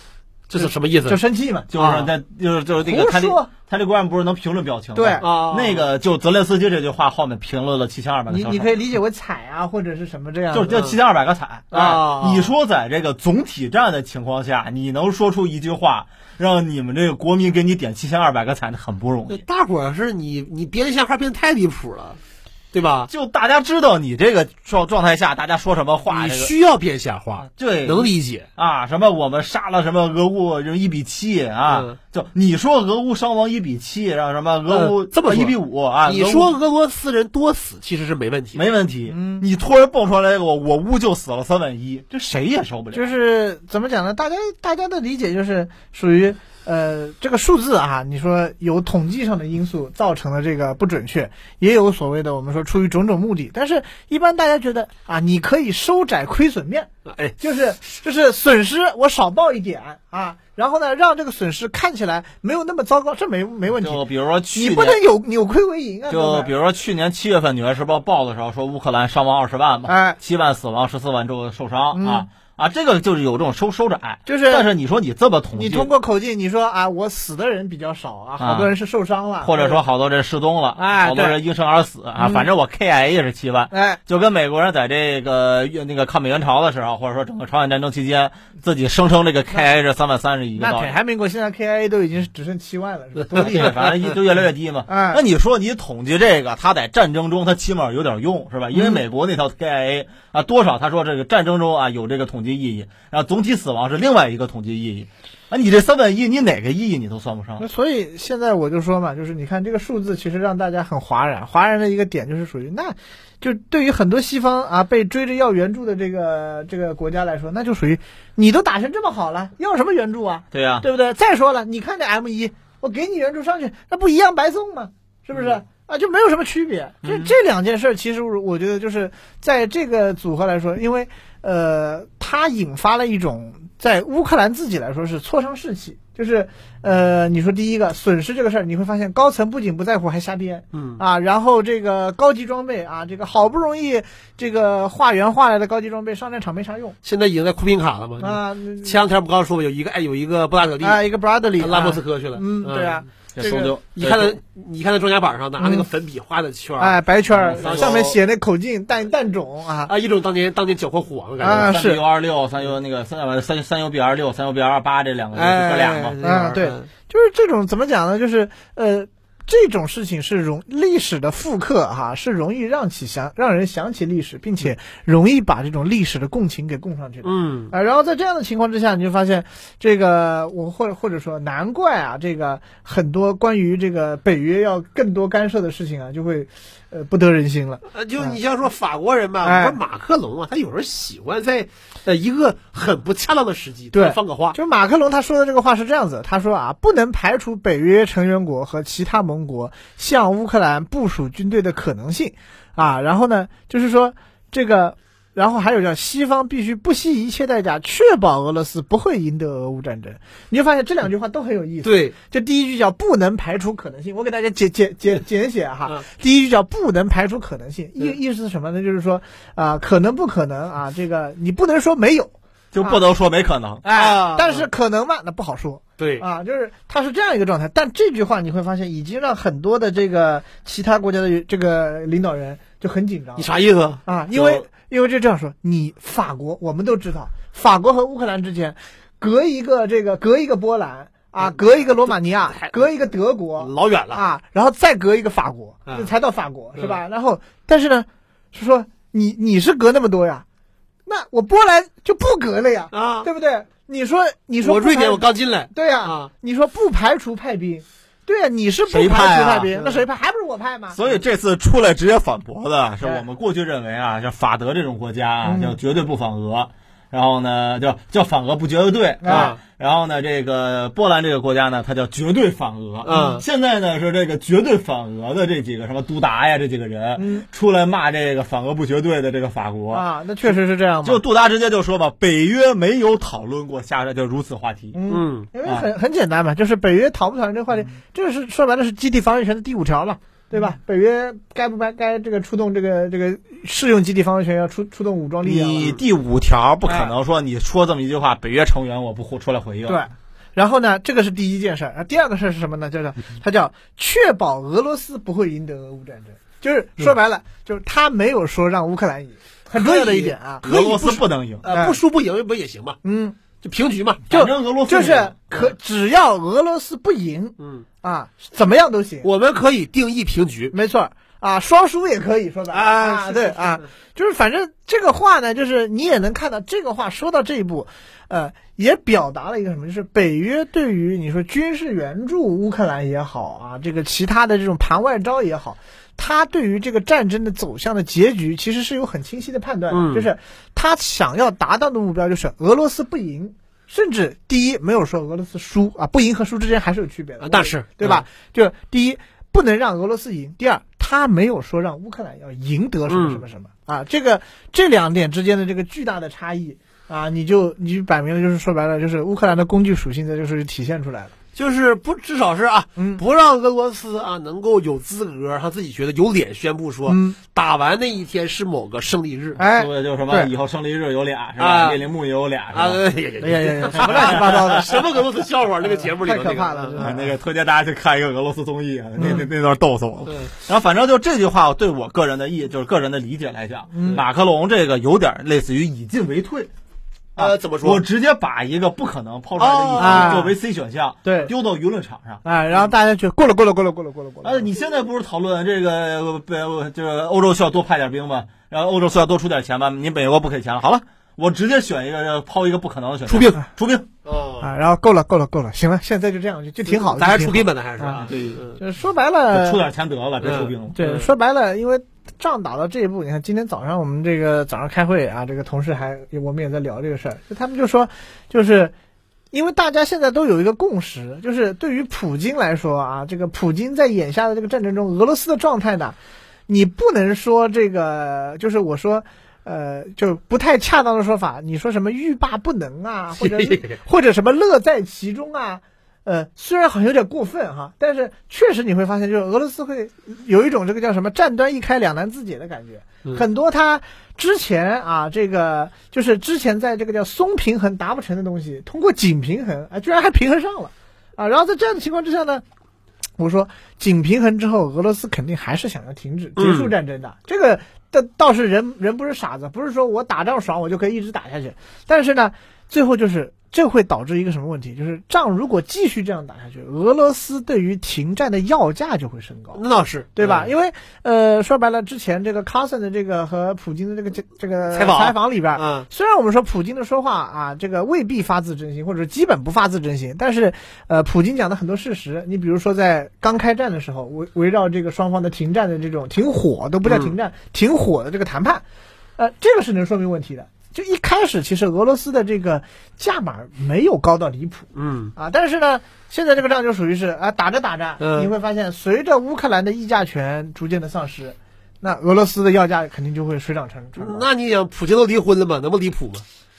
这是什么意思？ 就生气嘛， 就是那就是那个他这官员不是能评论表情吗？ 对啊，那个就泽连斯基这句话后面评论了7200个小丑。 你可以理解为踩啊，或者是什么这样， 就7200个踩啊。你说在这个总体战的情况下，你能说出一句话让你们这个国民给你点7200个踩，那很不容易。 大伙儿是你编瞎话编太离谱了。对吧？ 就大家知道你这个状态下，大家说什么话， 你需要编瞎话， 对， 能理解啊。什么我们杀了什么俄乌1:7啊，就你说俄乌伤亡1:7，让什么俄乌这么 1:5啊？ 你说俄罗斯人多死其实是没问题， 没问题。你突然蹦出来我乌就死了1/3，这谁也受不了。 就是怎么讲呢？大家的理解就是属于。这个数字啊，你说有统计上的因素造成了这个不准确，也有所谓的我们说出于种种目的，但是一般大家觉得啊，你可以收窄亏损面，就是损失我少报一点啊，然后呢让这个损失看起来没有那么糟糕，这没问题。 就比如说你不能扭亏为盈啊。 就比如说去年7月份《纽约时报》报的时候说乌克兰伤亡20万嘛，7万死亡14万受伤啊，这个就是有这种收窄，但是你说你这么统计， 你通过口径，你说啊，我死的人比较少啊，好多人是受伤了， 或者说好多人失踪了，好多人因生而死啊，反正我 KIA 也是7万，就跟美国人在这个那个抗美援朝的时候，或者说整个朝鲜战争期间，自己声称这个 KIA 是330一个道理。 那北韩民国现在 KIA 都已经只剩7万了，是吧？多厉害， 反正就越来越低嘛。那你说你统计这个，他在战争中他起码有点用，是吧？因为美国那套 KIA 啊，多少他说这个战争中啊有这个统计意义，然后总体死亡是另外一个统计意义。啊，你这1/3，你哪个意义你都算不上。 那所以现在我就说嘛，就是你看这个数字其实让大家很哗然的一个点就是属于，那就对于很多西方啊被追着要援助的这个国家来说，那就属于你都打成这么好了，要什么援助啊？ 对呀， 对不对？再说了，你看这 M1，我给你援助上去，那不一样白送吗？是不是？啊，就没有什么区别。这两件事其实我觉得就是在这个组合来说，因为它引发了一种在乌克兰自己来说是挫伤士气，就是你说第一个损失这个事儿，你会发现高层不仅不在乎，还瞎编，然后这个高级装备啊，这个好不容易这个化缘化来的高级装备上战场没啥用， 现在已经在库宾卡了嘛啊。前两天不刚说有一个布拉德利啊，一个布拉德利拉莫斯科去了， 对啊。 这个你看他装甲板上拿那个粉笔画的圈， 白圈上面写那口径弹种啊， 一种当年搅和虎王的感觉。 是 3U26 3U 那个3U B26 3U B28这两个哥俩嘛。 对，就是这种怎么讲呢？就是这种事情是历史的复刻哈，是容易让人想起历史，并且容易把这种历史的共情给供上去的。然后在这样的情况之下，你就发现这个或者说难怪啊，这个很多关于这个北约要更多干涉的事情啊，就会不得人心了。 就你像说法国人吧，不是马克龙啊，他有时候喜欢在一个很不恰当的时机放个话。 就马克龙他说的这个话是这样子，他说啊，不能排除北约成员国和其他盟国向乌克兰部署军队的可能性啊。然后呢，就是说这个。然后还有叫西方必须不惜一切代价确保俄罗斯不会赢得俄乌战争，你就发现这两句话都很有意思。 对， 就第一句叫不能排除可能性，我给大家简写哈。第一句叫不能排除可能性，意思是什么呢？就是说可能不可能啊，这个你不能说没有， 就不能说没可能但是可能嘛，那不好说。 对就是它是这样一个状态。但这句话你会发现已经让很多的这个其他国家的这个领导人就很紧张。 你啥意思啊？因为这样说，你法国我们都知道，法国和乌克兰之间隔一个波兰啊，隔一个罗马尼亚，隔一个德国， 老远了啊，然后再隔一个法国，才到法国是吧？然后但是呢，是说你是隔那么多呀，那我波兰就不隔了呀，对不对？你说我瑞典我刚进来， 对呀，你说不排除派兵。对啊，你是不排除派兵，那谁派？还不是我派吗？ 所以这次出来直接反驳的是我们过去认为啊，像法德这种国家啊，叫绝对不反俄，然后呢叫反俄不绝对啊，然后呢这个波兰这个国家呢，它叫绝对反俄。现在呢是这个绝对反俄的这几个什么杜达呀这几个人出来骂这个反俄不绝对的这个法国啊，那确实是这样。 就杜达直接就说吧，北约没有讨论过就如此话题。 因为很简单嘛，就是北约讨不讨论这个话题，这个是说白了是集体防御权的第5条嘛。对吧？北约该这个出动这个适用集体防御权，要出动武装力量。 你第5条不可能说你说这么一句话，北约成员我不出来回应。 对， 然后呢，这个是第一件事儿。第二个事儿是什么呢？它叫确保俄罗斯不会赢得俄乌战争。就是说白了，就是他没有说让乌克兰赢，很重要的一点啊， 俄罗斯不能赢， 不输不赢不也行嘛？就平局嘛， 反正俄罗斯就是只要俄罗斯不赢，怎么样都行。 我们可以定义平局， 没错啊，双输也可以说白了啊，对啊，就是反正这个话呢，就是你也能看到这个话说到这一步，也表达了一个什么，就是北约对于你说军事援助乌克兰也好啊，这个其他的这种盘外招也好。他对于这个战争的走向的结局其实是有很清晰的判断的，就是他想要达到的目标就是俄罗斯不赢，甚至第一没有说俄罗斯输啊，不赢和输之间还是有区别的， 但是对吧？就第一不能让俄罗斯赢，第二他没有说让乌克兰要赢得什么什么什么啊，这两点之间的这个巨大的差异啊，你就摆明了就是说白了就是乌克兰的工具属性在这个时候就体现出来了。 就是至少是不让俄罗斯能够有资格，他自己觉得有脸宣布说，打完那一天是某个胜利日， 对，就是什么以后胜利日有俩是吧？列宁墓也有俩是吧？ 什么乱七八糟的， 什么俄罗斯笑话？那个节目里太可怕了， 那个推荐大家去看一个俄罗斯综艺啊，那段逗死我了。然后反正就这句话对我个人的就是个人的理解来讲，马克龙这个有点类似于以进为退。 怎么说？ 我直接把一个不可能抛出来的议题作为 C 选项， 对， 丢到舆论场上， 然后大家就过了。 你现在不是讨论这个欧洲需要多派点兵吗？然后欧洲需要多出点钱吗？你美国不给钱了，好了，我直接选一个抛一个不可能的选项，出兵然后够了，行了，现在就这样就挺好的， 咱还出兵吧，那还是对， 就是说白了， 出点钱得了，别出兵了。 对，说白了，因为仗打到这一步，你看今天早上我们这个早上开会啊，这个同事我们也在聊这个事儿，就他们就说，就是因为大家现在都有一个共识，就是对于普京来说啊，这个普京在眼下的这个战争中，俄罗斯的状态呢，你不能说这个，就是我说。就不太恰当的说法，你说什么欲罢不能啊，或者什么乐在其中啊，虽然好像有点过分哈，但是确实你会发现，就是俄罗斯会有一种这个叫什么战端一开两难自解的感觉，很多他之前啊，这个就是之前在这个叫松平衡达不成的东西，通过紧平衡居然还平衡上了啊，然后在这样的情况之下呢。我说紧平衡之后，俄罗斯肯定还是想要停止结束战争的。这个倒是人不是傻子，不是说我打仗爽我就可以一直打下去。但是呢，最后就是这会导致一个什么问题？就是仗如果继续这样打下去，俄罗斯对于停战的要价就会升高。 那倒是， 对吧？因为说白了，之前这个卡森的这个和普京的这个采访里边，虽然我们说普京的说话啊，这个未必发自真心，或者基本不发自真心，但是普京讲的很多事实，你比如说在刚开战的时候，围绕这个双方的停战的这种停火都不叫停战，停火的这个谈判，这个是能说明问题的。就一开始其实俄罗斯的这个价码没有高到离谱，但是呢，现在这个仗就属于是打着，你会发现随着乌克兰的议价权逐渐的丧失，那俄罗斯的要价肯定就会水涨船高。 那你想，普京都离婚了吗？能不离谱吗？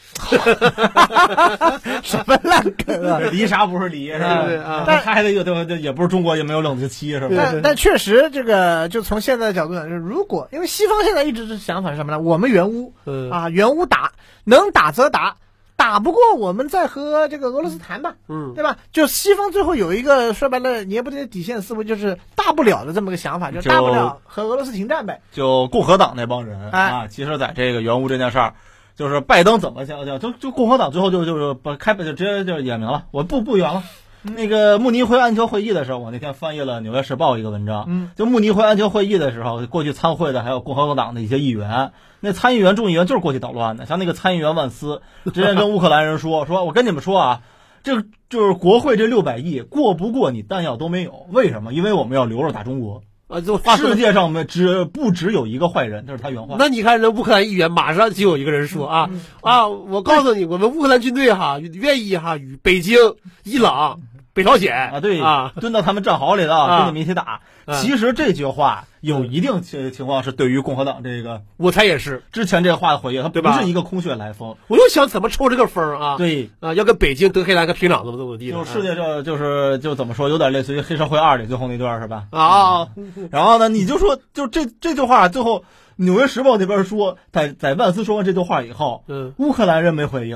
什么烂梗啊！ 离啥不是离是吧？但孩子也不是中国也没有冷静期是吧？ 但确实这个就从现在的角度讲，就是如果因为西方现在一直是想法是什么呢？我们援乌援乌打，能打则打，打不过我们再和这个俄罗斯谈吧，对吧？就西方最后有一个说白了，你也不得底线思维，就是大不了的这么个想法，就大不了和俄罗斯停战呗。 就共和党那帮人其实在这个援乌这件事儿。就是拜登怎么讲，就共和党最后就直接就点名了，我不援了。那个慕尼黑安全会议的时候，我那天翻译了《纽约时报》一个文章，就慕尼黑安全会议的时候，过去参会的还有共和党的一些议员，那参议员、众议员就是过去捣乱的，像那个参议员万斯直接跟乌克兰人说我跟你们说啊，这就是国会这600亿过不过你弹药都没有，为什么？因为我们要留着打中国。世界上不只有一个坏人，这是他原话。 那你看，人乌克兰议员马上就有一个人说我告诉你，我们乌克兰军队愿意与北京、伊朗、北朝鲜蹲到他们战壕里了，跟你们一起打。其实这句话有一定情况是对于共和党这个， 我猜也是之前这个话的回应，它不是一个空穴来风。 我就想怎么抽这个风啊？ 对要跟北京、德黑兰跟平壤怎么地？ 就世界上就怎么说，有点类似于《黑社会2》里最后那段是吧？然后呢，你就说就这句话，最后《纽约时报》那边说，在万斯说完这句话以后，乌克兰人没回应。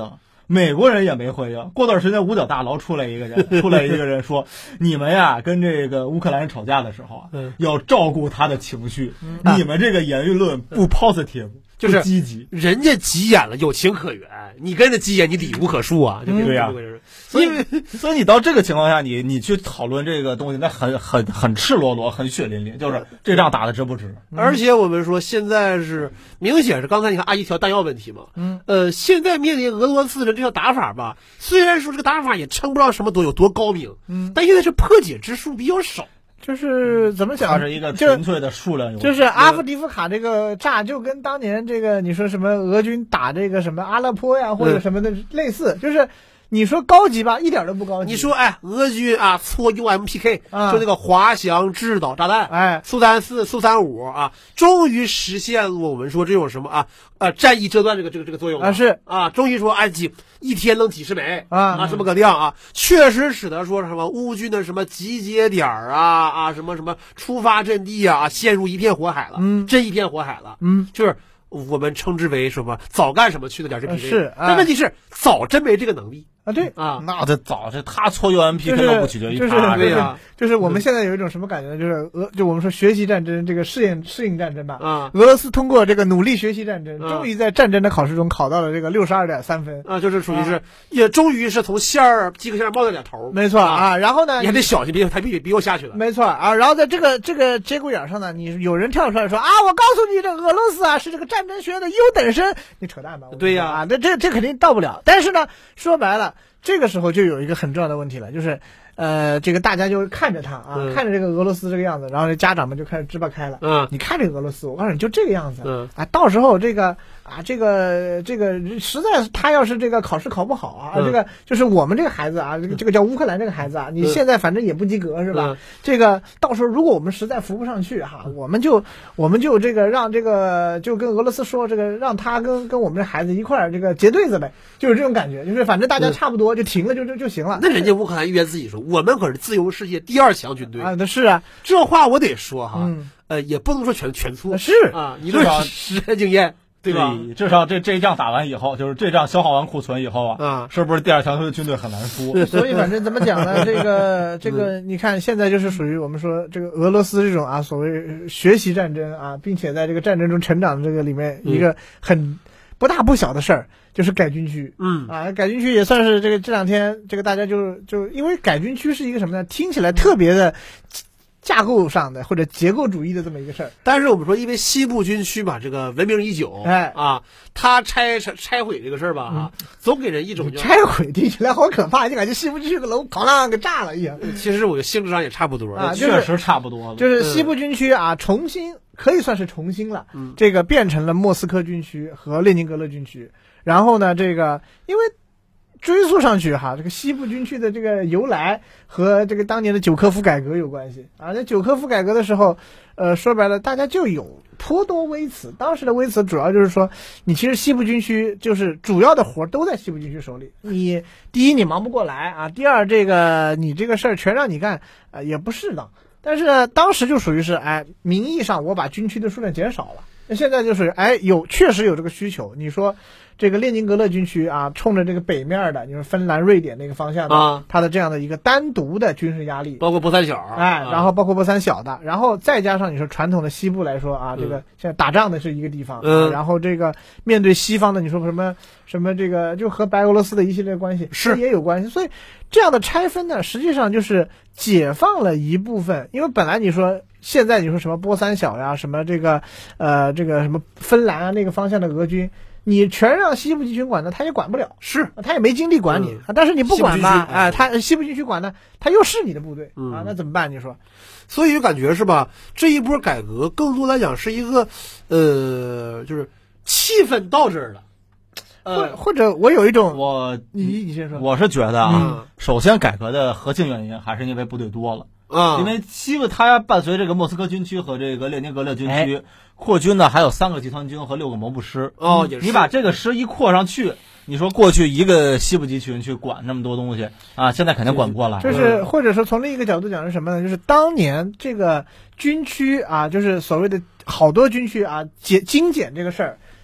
美国人也没回应。过段时间，五角大牢出来一个人说：“你们呀，跟这个乌克兰人吵架的时候啊，要照顾他的情绪。你们这个言论不 positive。” 就是积极， 人家急眼了，有情可原。你跟着急眼，你理无可恕啊！ 对呀，所以你到这个情况下，你去讨论这个东西，那很赤裸裸，很血淋淋，就是这仗打的值不值？ 而且我们说现在是明显是刚才你看阿姨提到弹药问题嘛，现在面临俄罗斯的这套打法吧，虽然说这个打法也称不上什么有多高明，但现在是破解之术比较少。 就是怎么讲， 它是一个纯粹的数量， 就是阿夫迪夫卡这个炸就跟当年这个你说什么俄军打这个什么阿勒颇呀或者什么的类似，就是你说高级吧，一点都不高级。 你说俄军啊错用 MPK 就那个滑翔制导炸弹，苏34、苏35啊，终于实现了我们说这种什么战役遮断这个作用了是终于说一天能几十枚什么个量啊，确实使得说什么乌军的什么集结点什么出发阵地陷入一片火海了，真一片火海了，就是我们称之为什么早干什么去的点这批人，但问题是早真没这个能力。 对那这早这他搓 UMP 根本不取决于他， 对呀， 就是我们现在有一种什么感觉呢？就是就我们说学习战争这个适应战争吧，俄罗斯通过这个努力学习战争，终于在战争的考试中考到了这个62.3分就是属于是也终于是从及格线冒了点头， 没错然后呢， 你还得小心，他逼我下去了， 没错然后在这个节骨眼上呢，你有人跳出来说我告诉你，这俄罗斯是这个战争学的优等生，你扯淡吧？ 对呀这肯定到不了。但是呢，说白了。这个时候就有一个很重要的问题了，就是这个大家就看着他看着这个俄罗斯这个样子，然后这家长们就开始支巴开了。你看这个俄罗斯，我告诉你就这个样子。到时候这个这个实在是他要是这个考试考不好这个就是我们这个孩子这个叫乌克兰这个孩子你现在反正也不及格是吧？这个到时候如果我们实在扶不上去我们就这个让这个就跟俄罗斯说这个让他跟我们这孩子一块儿这个结对子呗，就是这种感觉，就是反正大家差不多就停了就行了。 那人家乌克兰议员自己说，我们可是自由世界第2强军队那是这话我得说也不能说全错， 是你这实战经验。对吧？ 至少这一仗打完以后，就是这仗消耗完库存以后是不是第2强军队很难输？ 所以反正怎么讲呢？这个你看现在就是属于我们说这个俄罗斯这种所谓学习战争并且在这个战争中成长的这个里面一个很不大不小的事儿，就是改军区。改军区也算是这两天这个大家就因为改军区是一个什么呢？听起来特别的。架构上的或者结构主义的这么一个事儿， 但是我们说，因为西部军区这个闻名已久，他拆毁这个事儿吧，总给人一种拆毁听起来好可怕，就感觉西部军区的楼哐啷给炸了一样。 其实我觉得性质上也差不多确实差不多了。 就是西部军区重新可以算是重新了，这个变成了莫斯科军区和列宁格勒军区。然后呢，这个因为。追溯上去这个西部军区的这个由来和这个当年的九科夫改革有关系在九科夫改革的时候，说白了大家就有颇多微词。当时的微词主要就是说，你其实西部军区就是主要的活都在西部军区手里。你第一你忙不过来第二这个你这个事儿全让你干也不适当。但是呢，当时就属于是名义上我把军区的数量减少了。那现在就是确实有这个需求。你说这个列宁格勒军区冲着这个北面的，你说芬兰、瑞典那个方向的，它的这样的一个单独的军事压力， 包括波三小然后包括波三小的，然后再加上你说传统的西部来说这个现在打仗的是一个地方然后这个面对西方的，你说什么这个就和白俄罗斯的一系列关系是也有关系。所以这样的拆分呢，实际上就是解放了一部分，因为本来你说现在你说什么波三小什么这个什么芬兰那个方向的俄军，你全让西部军区管呢，他也管不了， 是他也没精力管你但是你不管吧他西部军区管呢，他又是你的部队那怎么办？你说， 所以就感觉是吧？这一波改革更多来讲是一个就是气氛到这儿了。 或者我有一种你先说， 我是觉得首先改革的核心原因还是因为部队多了因为西部它伴随这个莫斯科军区和这个列宁格勒军区扩军呢，还有3个集团军和6个摩步师也是。 你把这个师一扩上去，你说过去一个西部集群去管那么多东西现在肯定管不过来。 就是或者说从另一个角度讲是什么呢？就是当年这个军区就是所谓的好多军区精简这个事儿。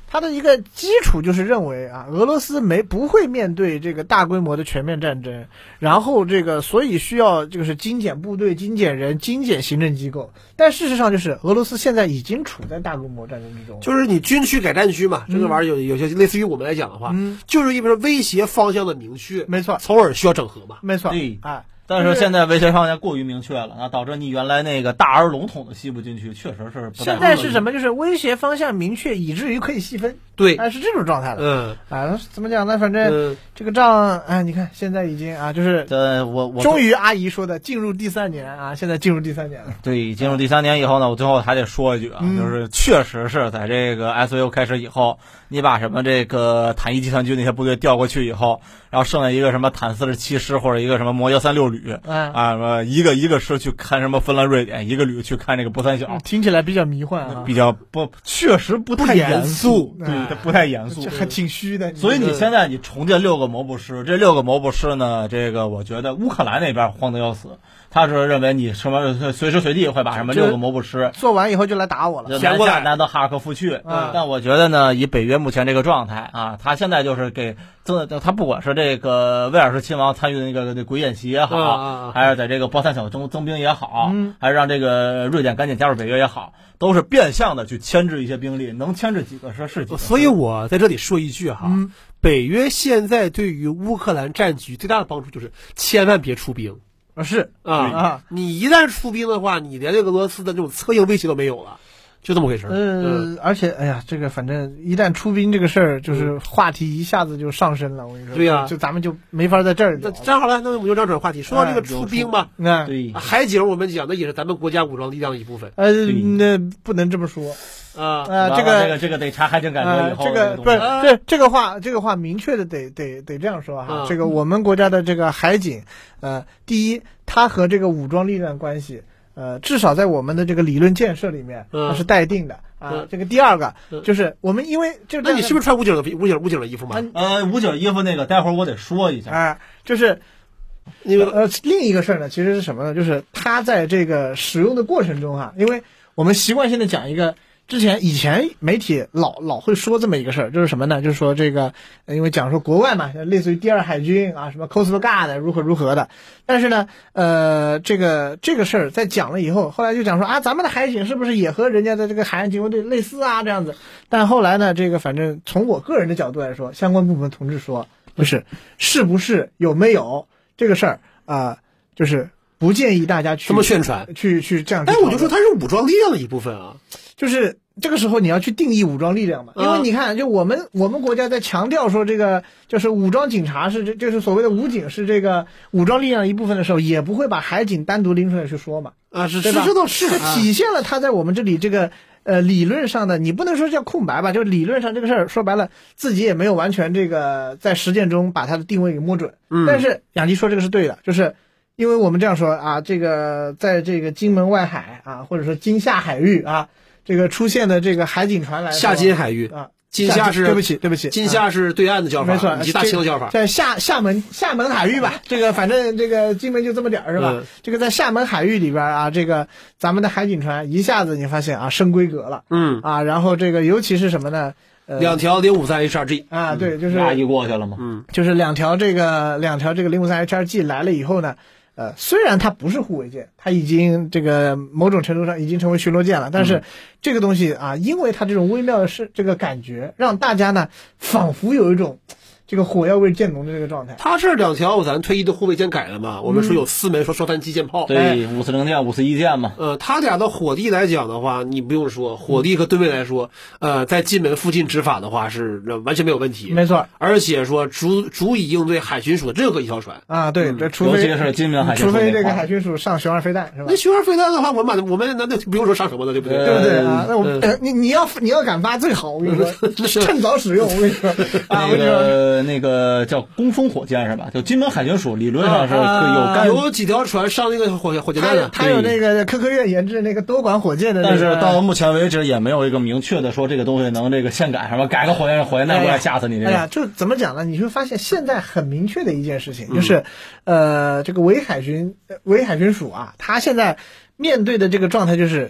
它的一个基础就是认为啊，俄罗斯不会面对这个大规模的全面战争，然后这个所以需要就是精简部队、精简人、精简行政机构。但事实上就是俄罗斯现在已经处在大规模战争之中， 就是你军区改战区嘛，这个玩意儿有些类似于我们来讲的话，就是因为威胁方向的明确， 没错， 从而需要整合嘛， 没错， 对，但是现在威胁方向过于明确了，那导致你原来那个大而笼统的西部军区确实是不太。 现在是什么？就是威胁方向明确，以至于可以细分。 对， 是这种状态了。怎么讲呢？反正这个仗，你看现在已经就是我终于阿姨说的进入第3年啊，现在进入第3年了。 对，进入第3年以后呢，我最后还得说一句啊，就是确实是在这个 SVO 开始以后，你把什么这个坦一集团军那些部队调过去以后，然后剩下一个什么坦47师或者一个什么摩耶36旅，一个师去看什么芬兰、瑞典，一个旅去看这个波三小， 听起来比较迷幻啊， 比较确实不太严肃，对，它不太严肃， 还挺虚的。 所以你现在你重建6个摩步师，这6个摩步师呢，这个我觉得乌克兰那边慌得要死，他是认为你什么随时随地会把什么6个摩步师做完以后就来打我了， 南到哈尔科夫去。但我觉得呢，以北约目前这个状态啊，他现在就是他不管是这个威尔士亲王参与的那个鬼演习也好，还是在这个波三小增兵也好，还是让这个瑞典赶紧加入北约也好，都是变相的去牵制一些兵力，能牵制几个是几个。 所以我在这里说一句哈，北约现在对于乌克兰战局最大的帮助就是千万别出兵。你一旦出兵的话，你连这个俄罗斯的这种策应威胁都没有了。就这么回事而且哎呀，这个反正一旦出兵这个事儿，就是话题一下子就上升了。我跟你说， 对呀， 就咱们就没法在这儿。 那正好了，那我们就转话题，说到这个出兵吧。 对， 海警我们讲的也是咱们国家武装力量的一部分。 那不能这么说这个得查海警改革以后。 这个不是这个话明确的得这样说哈。这个我们国家的这个海警，第一，它和这个武装力量关系。至少在我们的这个理论建设里面，它是待定的这个第二个就是我们因为那你是不是穿武警的衣服吗？ 武警衣服那个，待会儿我得说一下。 就是那个另一个事儿呢，其实是什么呢？就是它在这个使用的过程中因为我们习惯性的讲一个。以前媒体老会说这么一个事儿，就是什么呢？就是说这个，因为讲说国外嘛，类似于第2海军什么 Coast Guard 如何的，但是呢，这个事儿在讲了以后，后来就讲说咱们的海警是不是也和人家的这个海岸警卫队类似这样子？但后来呢，这个反正从我个人的角度来说，相关部门同志说，是不是有没有这个事儿就是不建议大家去这么宣传， 去这样。 但我就说它是武装力量的一部分啊。 就是这个时候你要去定义武装力量嘛，因为你看，就我们国家在强调说这个就是武装警察就是所谓的武警是这个武装力量的一部分的时候，也不会把海警单独拎出来去说嘛， 是对吧？ 这倒是体现了他在我们这里这个理论上的，你不能说叫空白吧，就理论上这个事儿说白了自己也没有完全这个在实践中把它的定位给摸准。但是杨迪说这个是对的，就是因为我们这样说这个在这个金门外海或者说金厦海域这个出现的这个海警船来厦金海域金厦是对不起， 金厦是对岸的叫法， 没错， 以及大清的叫法， 在厦门海域吧，这个反正这个金门就这么点是吧？这个在厦门海域里边这个咱们的海警船一下子你发现升规格了，然后这个尤其是什么呢 ？2条053 HRG 对，就是压抑过去了嘛， 就是两条这个053 HRG 来了以后呢。虽然它不是护卫舰，它已经这个某种程度上已经成为巡逻舰了，但是这个东西因为它这种微妙的这个感觉，让大家呢仿佛有一种这个火药味渐浓的这个状态。 它这2条咱推一的护卫舰改了嘛，我们说有4枚说双反击舰炮， 对，540舰、541舰嘛。 它俩的火力来讲的话，你不用说，火力和吨位来说，在金门附近执法的话是完全没有问题， 没错。 而且说足以应对海巡署的任何一条船对， 除非是金门海巡署， 除非这个海巡署上巡航飞弹是吧？ 那巡航飞弹的话，我们那不用说上什么的，对不对？ 对不对那我你要敢发最好，我跟你说，趁早使用，我跟你说那个叫攻锋火箭是吧？就金门海巡署理论上是有几条船上那个火箭弹的， 它有那个科科院研制那个多管火箭的， 但是到目前为止也没有一个明确的说这个东西能这个现改什么改个火箭弹过来吓死你。 就怎么讲呢？你会发现现在很明确的一件事情，就是这个伪海巡署它现在面对的这个状态就是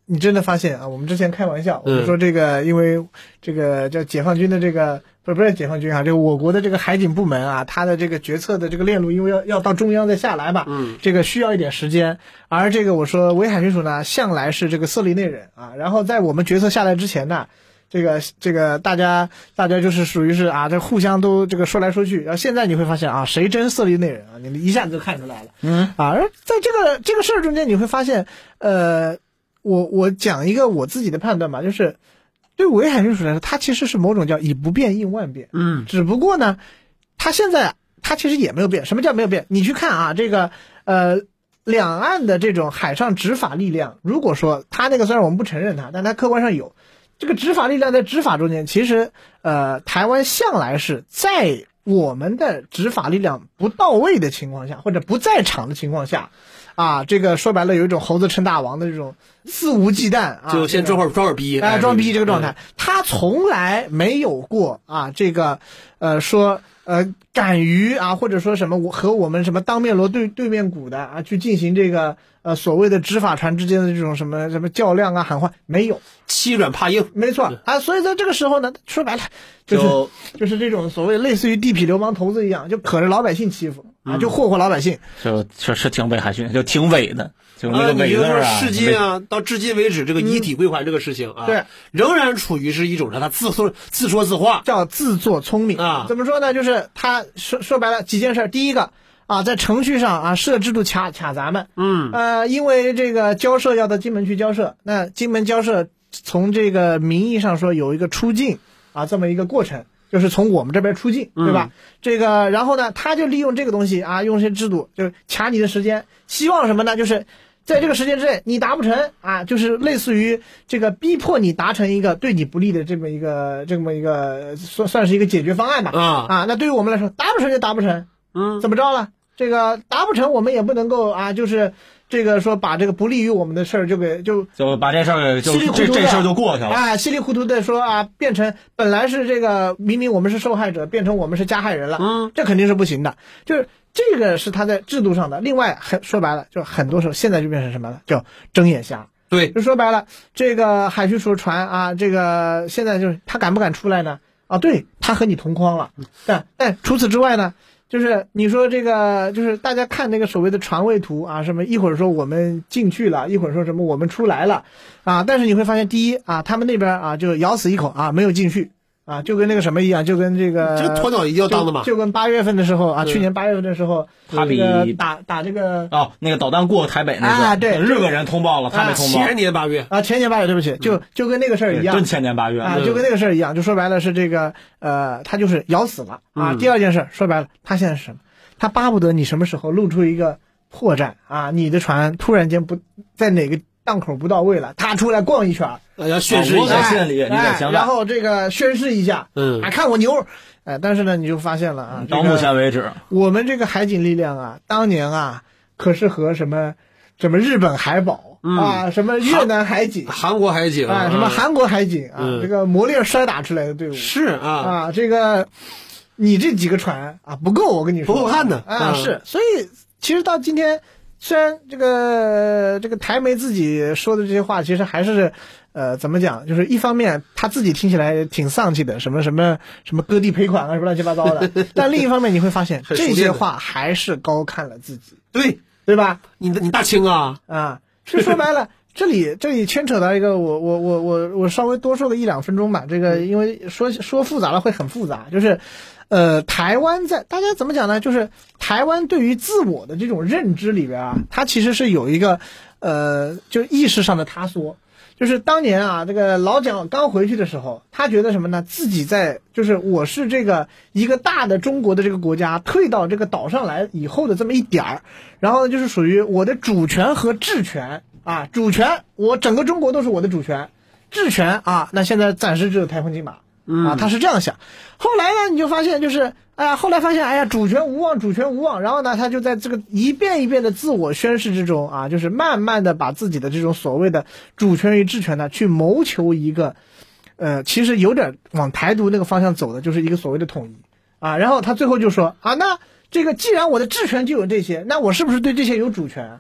你真的发现啊，我们之前开玩笑，我们说这个，因为这个叫解放军的这个不是解放军啊，这个我国的这个海警部门啊，它的这个决策的这个链路，因为要到中央再下来嘛，这个需要一点时间。而这个我说维海巡署呢，向来是这个色厉内荏啊，然后在我们决策下来之前呢，这个大家就是属于是啊，这互相都这个说来说去，然后现在你会发现啊，谁真色厉内荏啊，你一下子就看出来了，而在这个事儿中间，你会发现，我讲一个我自己的判断吧，就是对维海巡署来说，它其实是某种叫以不变应万变，只不过呢，它现在它其实也没有变。什么叫没有变？你去看啊，这个两岸的这种海上执法力量，如果说它那个虽然我们不承认它，但它客观上有这个执法力量在执法中间，其实台湾向来是在我们的执法力量不到位的情况下，或者不在场的情况下。啊，这个说白了有一种猴子称大王的这种肆无忌惮啊， 就先装会儿逼， 装逼这个状态，他从来没有过啊，这个说敢于啊，或者说什么和我们什么当面锣对面鼓的啊，去进行这个所谓的执法船之间的这种什么较量啊喊话，没有， 欺软怕硬， 没错啊，所以在这个时候呢，说白了就是这种所谓类似于地痞流氓头子一样，就可着老百姓欺负。啊，就霍霍老百姓， 是挺伪海巡，就挺伪的，就那个伪字啊。世界啊，到至今为止，这个遗体归还这个事情啊， 对， 仍然处于是一种让他自说自话， 叫自作聪明啊。 怎么说呢？就是他说白了几件事。第一个啊，在程序上啊设制度卡咱们，因为这个交涉要到金门去交涉，那金门交涉从这个名义上说有一个出境啊这么一个过程。就是从我们这边出境，对吧？这个，然后呢，他就利用这个东西啊，用些制度，就是卡你的时间，希望什么呢？就是在这个时间之内，你达不成啊，就是类似于这个逼迫你达成一个对你不利的这么一个算是一个解决方案吧。那对于我们来说，达不成就达不成，怎么着了？这个达不成，我们也不能够啊，就是这个说把这个不利于我们的事儿就把这事儿这事儿就过去了啊，稀里糊涂的说啊，变成本来是这个明明我们是受害者，变成我们是加害人了，这肯定是不行的。就是这个是他在制度上的。另外说白了，就很多时候现在就变成什么了，叫睁眼瞎。 对， 就说白了，这个海巡署船啊，这个现在就是他敢不敢出来呢？啊，对，他和你同框了，但除此之外呢？就是你说这个，就是大家看那个所谓的船位图啊，什么一会儿说我们进去了，一会儿说什么我们出来了，啊，但是你会发现，第一啊，他们那边啊就咬死一口啊，没有进去啊，就跟那个什么一样，就跟这个鸵鸟一定要当的嘛， 就跟8月份的时候啊，去年8月份的时候，他这个打这个那个导弹过台北那个啊，对， 日本人通报了，他没通报。 前年8月啊，前年8月，对不起，就跟那个事儿一样， 前年8月啊，就跟那个事儿一样，就说白了是这个他就是咬死了啊。第二件事说白了，他现在是什么？他巴不得你什么时候露出一个破绽啊，你的船突然间不在哪个档口不到位了，他出来逛一圈， 要宣示一下， 然后这个宣示一下，看我牛，但是呢，你就发现了啊， 到目前为止， 我们这个海警力量啊，当年啊，可是和什么日本海保啊，什么越南海警、 韩国海警啊，什么韩国海警啊，这个磨练摔打出来的队伍是啊，这个。你这几个船啊不够，我跟你说不够看的啊，是，所以其实到今天，虽然这个台媒自己说的这些话，其实还是怎么讲，就是一方面他自己听起来挺丧气的，什么割地赔款啊，什么乱七八糟的，但另一方面你会发现这些话还是高看了自己，对吧？ 你大清啊， 是说白了。这里牵扯到一个，我稍微多说个1-2分钟吧。这个因为说复杂了会很复杂，就是台湾在大家怎么讲呢？就是台湾对于自我的这种认知里边啊，它其实是有一个就是意识上的塌缩。就是当年啊，这个老蒋刚回去的时候，他觉得什么呢？自己就是我是这个一个大的中国的这个国家退到这个岛上来以后的这么一点儿，然后呢，就是属于我的主权和治权啊，主权我整个中国都是我的主权，治权啊，那现在暂时只有台湾金马。啊，他是这样想。后来呢，你就发现就是，后来发现，哎呀，主权无望，主权无望。然后呢，他就在这个一遍一遍的自我宣示之中啊，就是慢慢的把自己的这种所谓的主权与治权呢，去谋求一个，其实有点往台独那个方向走的，就是一个所谓的统一啊。然后他最后就说啊，那这个既然我的治权就有这些，那我是不是对这些有主权？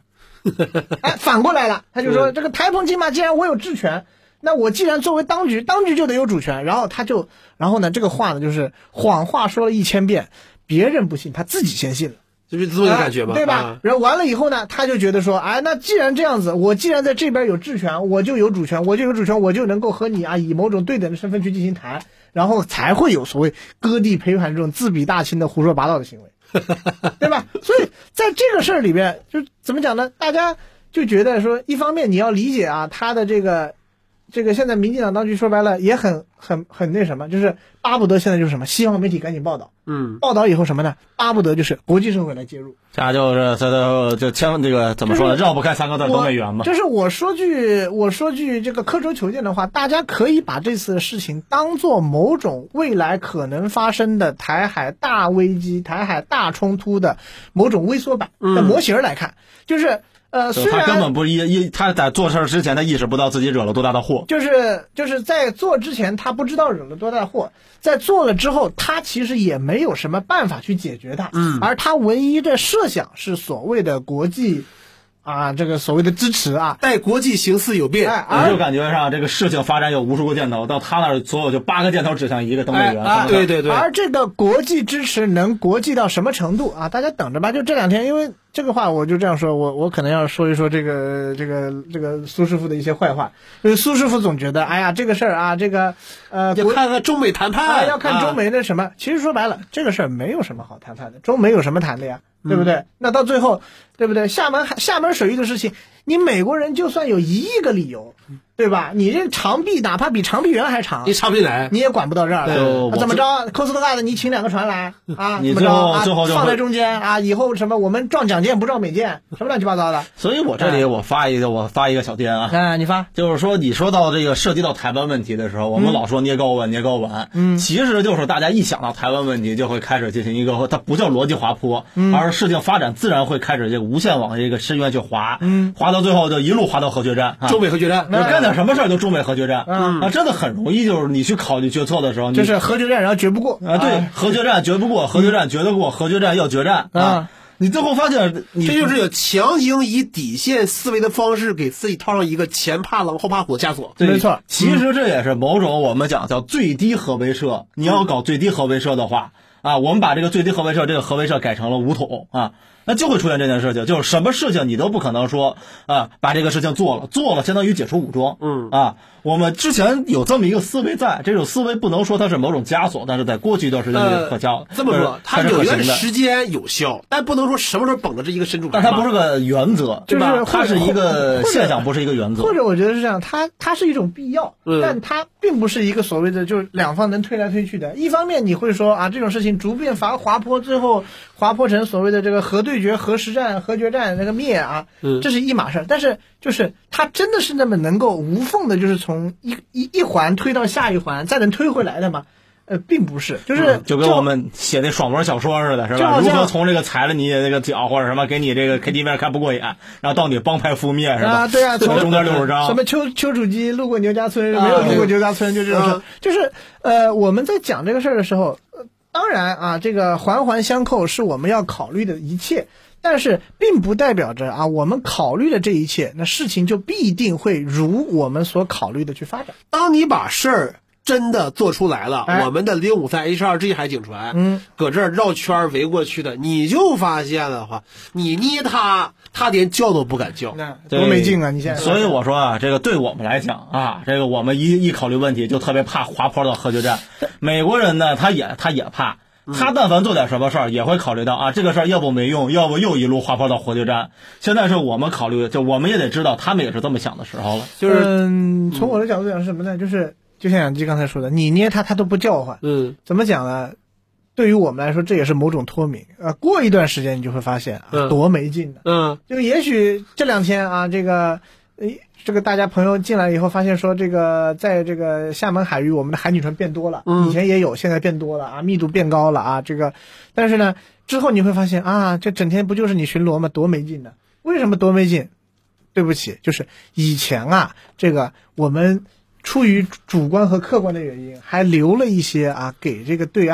哎，反过来了，他就说这个台澎金马既然我有治权，那我既然作为当局就得有主权，然后呢这个话呢就是谎话说了1000遍，别人不信，他自己先信了。 就是这么个感觉吧， 对吧？然后完了以后呢，他就觉得说，哎，那既然这样子，我既然在这边有治权，我就有主权，我就能够和你以某种对等的身份去进行谈，然后才会有所谓割地赔款这种自比大清的胡说八道的行为，对吧？所以在这个事儿里边，就怎么讲呢？大家就觉得说，一方面你要理解啊，他的这个现在民进党当局说白了也很那什么，就是巴不得现在就是什么，西方媒体赶紧报道，报道以后什么呢？巴不得就是国际社会来介入。 这就是这个怎么说呢？绕不开3个字，懂美元嘛。 就是我说句这个刻舟求剑的话，大家可以把这次的事情当做某种未来可能发生的台海大危机、台海大冲突的某种微缩版的模型来看，就是虽然他根本不他在做事之前他意识不到自己惹了多大的祸， 就是在做之前他不知道惹了多大的祸，在做了之后他其实也没有什么办法去解决它，而他唯一的设想是所谓的国际这个所谓的支持待国际形势有变， 我就感觉上这个事情发展有无数个箭头，到他那儿所有就8个箭头指向一个登美元， 对， 而这个国际支持能国际到什么程度大家等着吧。就这2天，因为这个话我就这样说，我可能要说一说这个苏师傅的一些坏话，就是苏师傅总觉得哎呀这个事儿这个要看看中美谈判， 要看中美的什么，其实说白了这个事儿没有什么好谈判的，中美有什么谈的呀？对不对？那到最后，对不对？厦门水域的事情，你美国人就算有1亿个理由，对吧？你这长臂哪怕比长臂猿还长， 你插不进来， 你也管不到这儿来。怎么着？科斯特嘎的，你请2个船来你怎么着最后就放在中间以后什么我们撞蒋舰不撞美舰，什么乱七八糟的。 所以我这里我发一个小电你发， 就是说你说到这个涉及到台湾问题的时候，我们老说捏高稳，其实就是大家一想到台湾问题就会开始进行一个，它不叫逻辑滑坡，而事情发展自然会开始这个无限往这个深渊去滑，滑到最后就一路滑到核决战， 中美核决战， 干点什么事儿就中美核决战，真的很容易，就是你去考虑决策的时候， 就是核决战然后决不过对，核决战决不过，核决战决得过，核决战要决战你最后发现这就是有强行以底线思维的方式给自己套上一个前怕狼后怕虎的枷锁。 没错， 其实这也是某种我们讲叫最低核威慑。你要搞最低核威慑的话我们把这个最低核威慑这个核威慑改成了武统那就会出现这件事情，就是什么事情你都不可能说把这个事情做了相当于解除武装。我们之前有这么一个思维在，这种思维不能说它是某种枷锁，但是在过去一段时间是可教。 这么说，它有一段时间有效，但不能说什么时候绷着这一个神主牌。 但它不是个原则， 对吧？ 它是一个现象，不是一个原则。 或者我觉得是这样，它是一种必要，但它并不是一个所谓的就是两方能推来推去的。一方面你会说这种事情逐渐滑坡，最后滑坡成所谓的这个核对决、核实战、核决战那个灭这是一码事。但是就是它真的是那么能够无缝的，就是从一环推到下一环，再能推回来的吗？并不是， 就跟我们写那爽文小说似的，是吧？如何从这个踩了你那个脚或者什么，给你这个 KTV 看不过眼，然后到你帮派覆灭，是吧？ 对从中间60章。 什么丘处机路过牛家村，没有路过牛家村，就这种事。就是我们在讲这个事儿的时候，当然这个环环相扣是我们要考虑的一切。但是并不代表着我们考虑的这一切，那事情就必定会如我们所考虑的去发展。 当你把事儿真的做出来了，我们的053 H2G 海警船，搁这儿绕圈围过去的，你就发现了话，你捏他连叫都不敢叫， 多没劲啊！你现在， 所以我说这个对我们来讲这个我们一考虑问题就特别怕滑坡到核决战。美国人呢，他也怕。他但凡做点什么事儿，也会考虑到这个事儿要不没用，要不又一路滑坡到核决战。现在是我们考虑，就我们也得知道，他们也是这么想的时候了。 就是从我的角度讲是什么呢？就是就像杨基刚才说的，你捏他都不叫唤。怎么讲呢？对于我们来说，这也是某种脱敏。过一段时间你就会发现多没劲的。就也许这2天这个大家朋友进来以后发现说，这个在这个厦门海域，我们的海警船变多了，以前也有，现在变多了密度变高了这个，但是呢，之后你会发现这整天不就是你巡逻吗？多没劲的。为什么多没劲？对不起，就是以前这个我们出于主观和客观的原因，还留了一些给这个对岸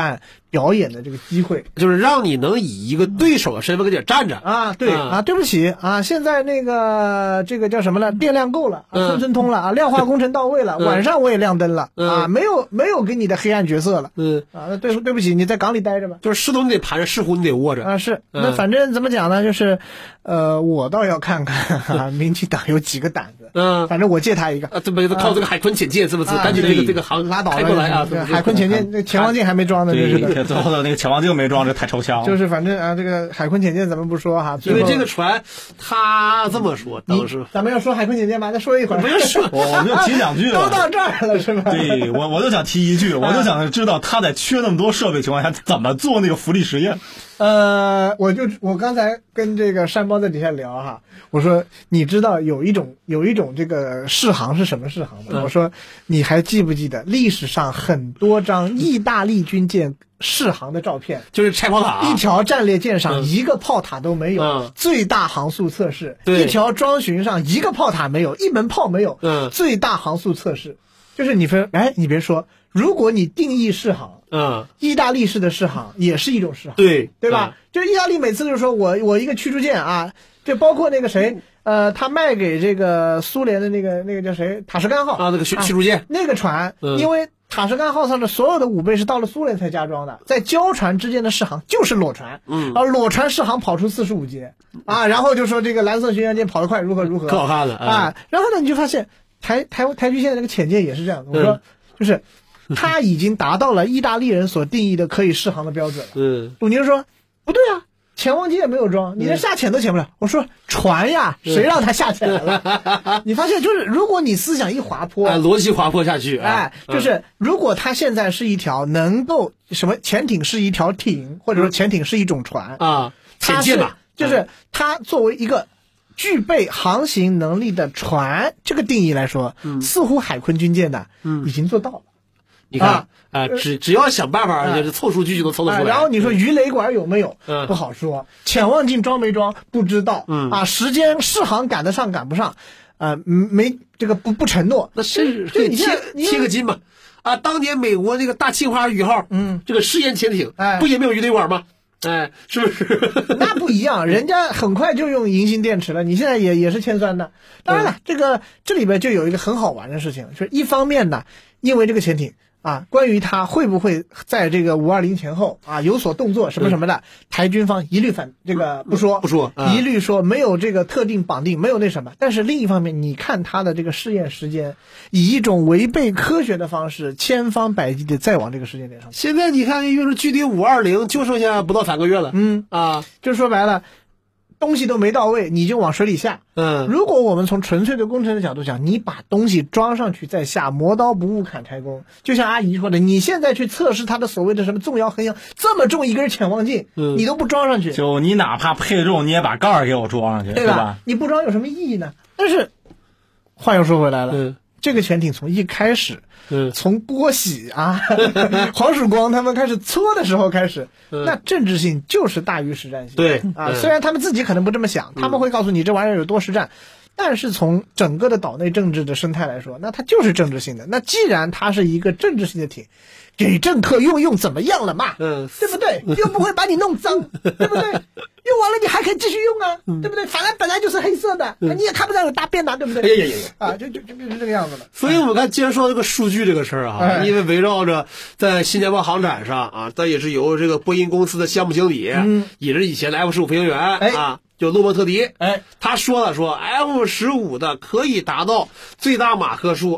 表演的这个机会， 就是让你能以一个对手的身份跟你站着啊。对啊，对不起啊，现在那个这个叫什么了？电量够了，村村通了啊，量化工程到位了，晚上我也亮灯了啊，没有给你的黑暗角色了。那对不起，你在港里待着吧。 就是势东你得盘着，势虎你得握着啊。是，那反正怎么讲呢？就是我倒要看看民进党有几个胆子。反正我借他一个。 这不靠这个海鯤潜舰是不是？赶紧这个航拉倒开过来啊！ 海鯤潜舰那潜望镜还没装呢，真是的。 最后的那个潜望镜没装，这太抽象了。 就是反正啊，这个海鲲潜舰咱们不说哈， 因为这个船他这么说，当时咱们要说海鲲潜舰吗？再说一会儿。 不用说， 我就提两句了。 都到这儿了是吧？ 对，我就想提一句，我就想知道他在缺那么多设备情况下怎么做那个浮力实验。 我刚才跟这个山包在底下聊哈，我说你知道有一种这个试航是什么试航吗？我说你还记不记得历史上很多张意大利军舰试航的照片， 就是拆炮塔， 一条战列舰上一个炮塔都没有，最大航速测试，一条装巡上一个炮塔没有，一门炮没有，最大航速测试，就是你别说，如果你定义试航。意大利式的试航也是一种试航，对吧？就意大利每次就是说我一个驱逐舰啊，就包括那个谁，他卖给这个苏联的那个叫谁，塔什干号啊，那个驱逐舰那个船，因为塔什干号上的所有的武备是到了苏联才加装的，在交船之间的试航就是裸船，裸船试航跑出45节啊，然后就说这个蓝色巡洋舰跑得快如何， 可好看了啊，然后呢你就发现台军现在那个潜舰也是这样的，我说就是他已经达到了意大利人所定义的可以试航的标准了。鲁宁说不对啊，潜望镜也没有装，你连下潜都潜不了。我说船呀，谁让他下潜了？你发现就是如果你思想一滑坡， 逻辑滑坡下去， 就是如果他现在是一条能够什么潜艇是一条艇，或者说潜艇是一种船啊，潜舰吧， 就是它作为一个具备航行能力的船这个定义来说，似乎海鲲军舰呢已经做到了。 你看只要想办法，就是凑数据就能凑得出来。 然后你说鱼雷管有没有？不好说。潜望镜装没装？不知道。时间试航赶得上赶不上？没这个不承诺。 那是贴个金嘛？啊，当年美国那个大庆花宇号，这个试验潜艇，不也没有鱼雷管吗？是不是？ 那不一样，人家很快就用银芯电池了，你现在也是铅酸的。当然了，这里边就有一个很好玩的事情，就是一方面呢，因为这个潜艇。关于它会不会在这个520前后有所动作什么什么的，台军方一律不说，一律说没有这个特定绑定，没有那什么。但是另一方面，你看它的这个试验时间，以一种违背科学的方式，千方百计的再往这个时间点上。 现在你看，又是距离520就剩下不到3个月了。 就说白了。东西都没到位，你就往水里下。如果我们从纯粹的工程的角度讲，你把东西装上去再下，磨刀不误砍柴工。就像阿姨说的，你现在去测试它的所谓的什么纵摇横摇，这么重一根潜望镜，你都不装上去， 就你哪怕配重，你也把盖儿给我装上去， 对吧？你不装有什么意义呢？但是话又说回来了，这个潜艇从一开始。从郭喜黄曙光他们开始搓的时候开始，那政治性就是大于实战性。 对虽然他们自己可能不这么想，他们会告诉你这玩意儿有多实战，但是从整个的岛内政治的生态来说，那它就是政治性的。那既然它是一个政治性的艇，给政客用怎么样了嘛？对不对？又不会把你弄脏，对不对？用完了你还可以继续用啊，对不对？反正本来就是黑色的，你也看不到有大便呐，对不对？就变成这个样子了。 所以我们刚接着说这个数据这个事儿因为围绕着在新加坡航展上它也是由这个波音公司的项目经理，也是以前的 F-15飞行员就洛莫特迪，他说了F-15的可以达到最大马赫数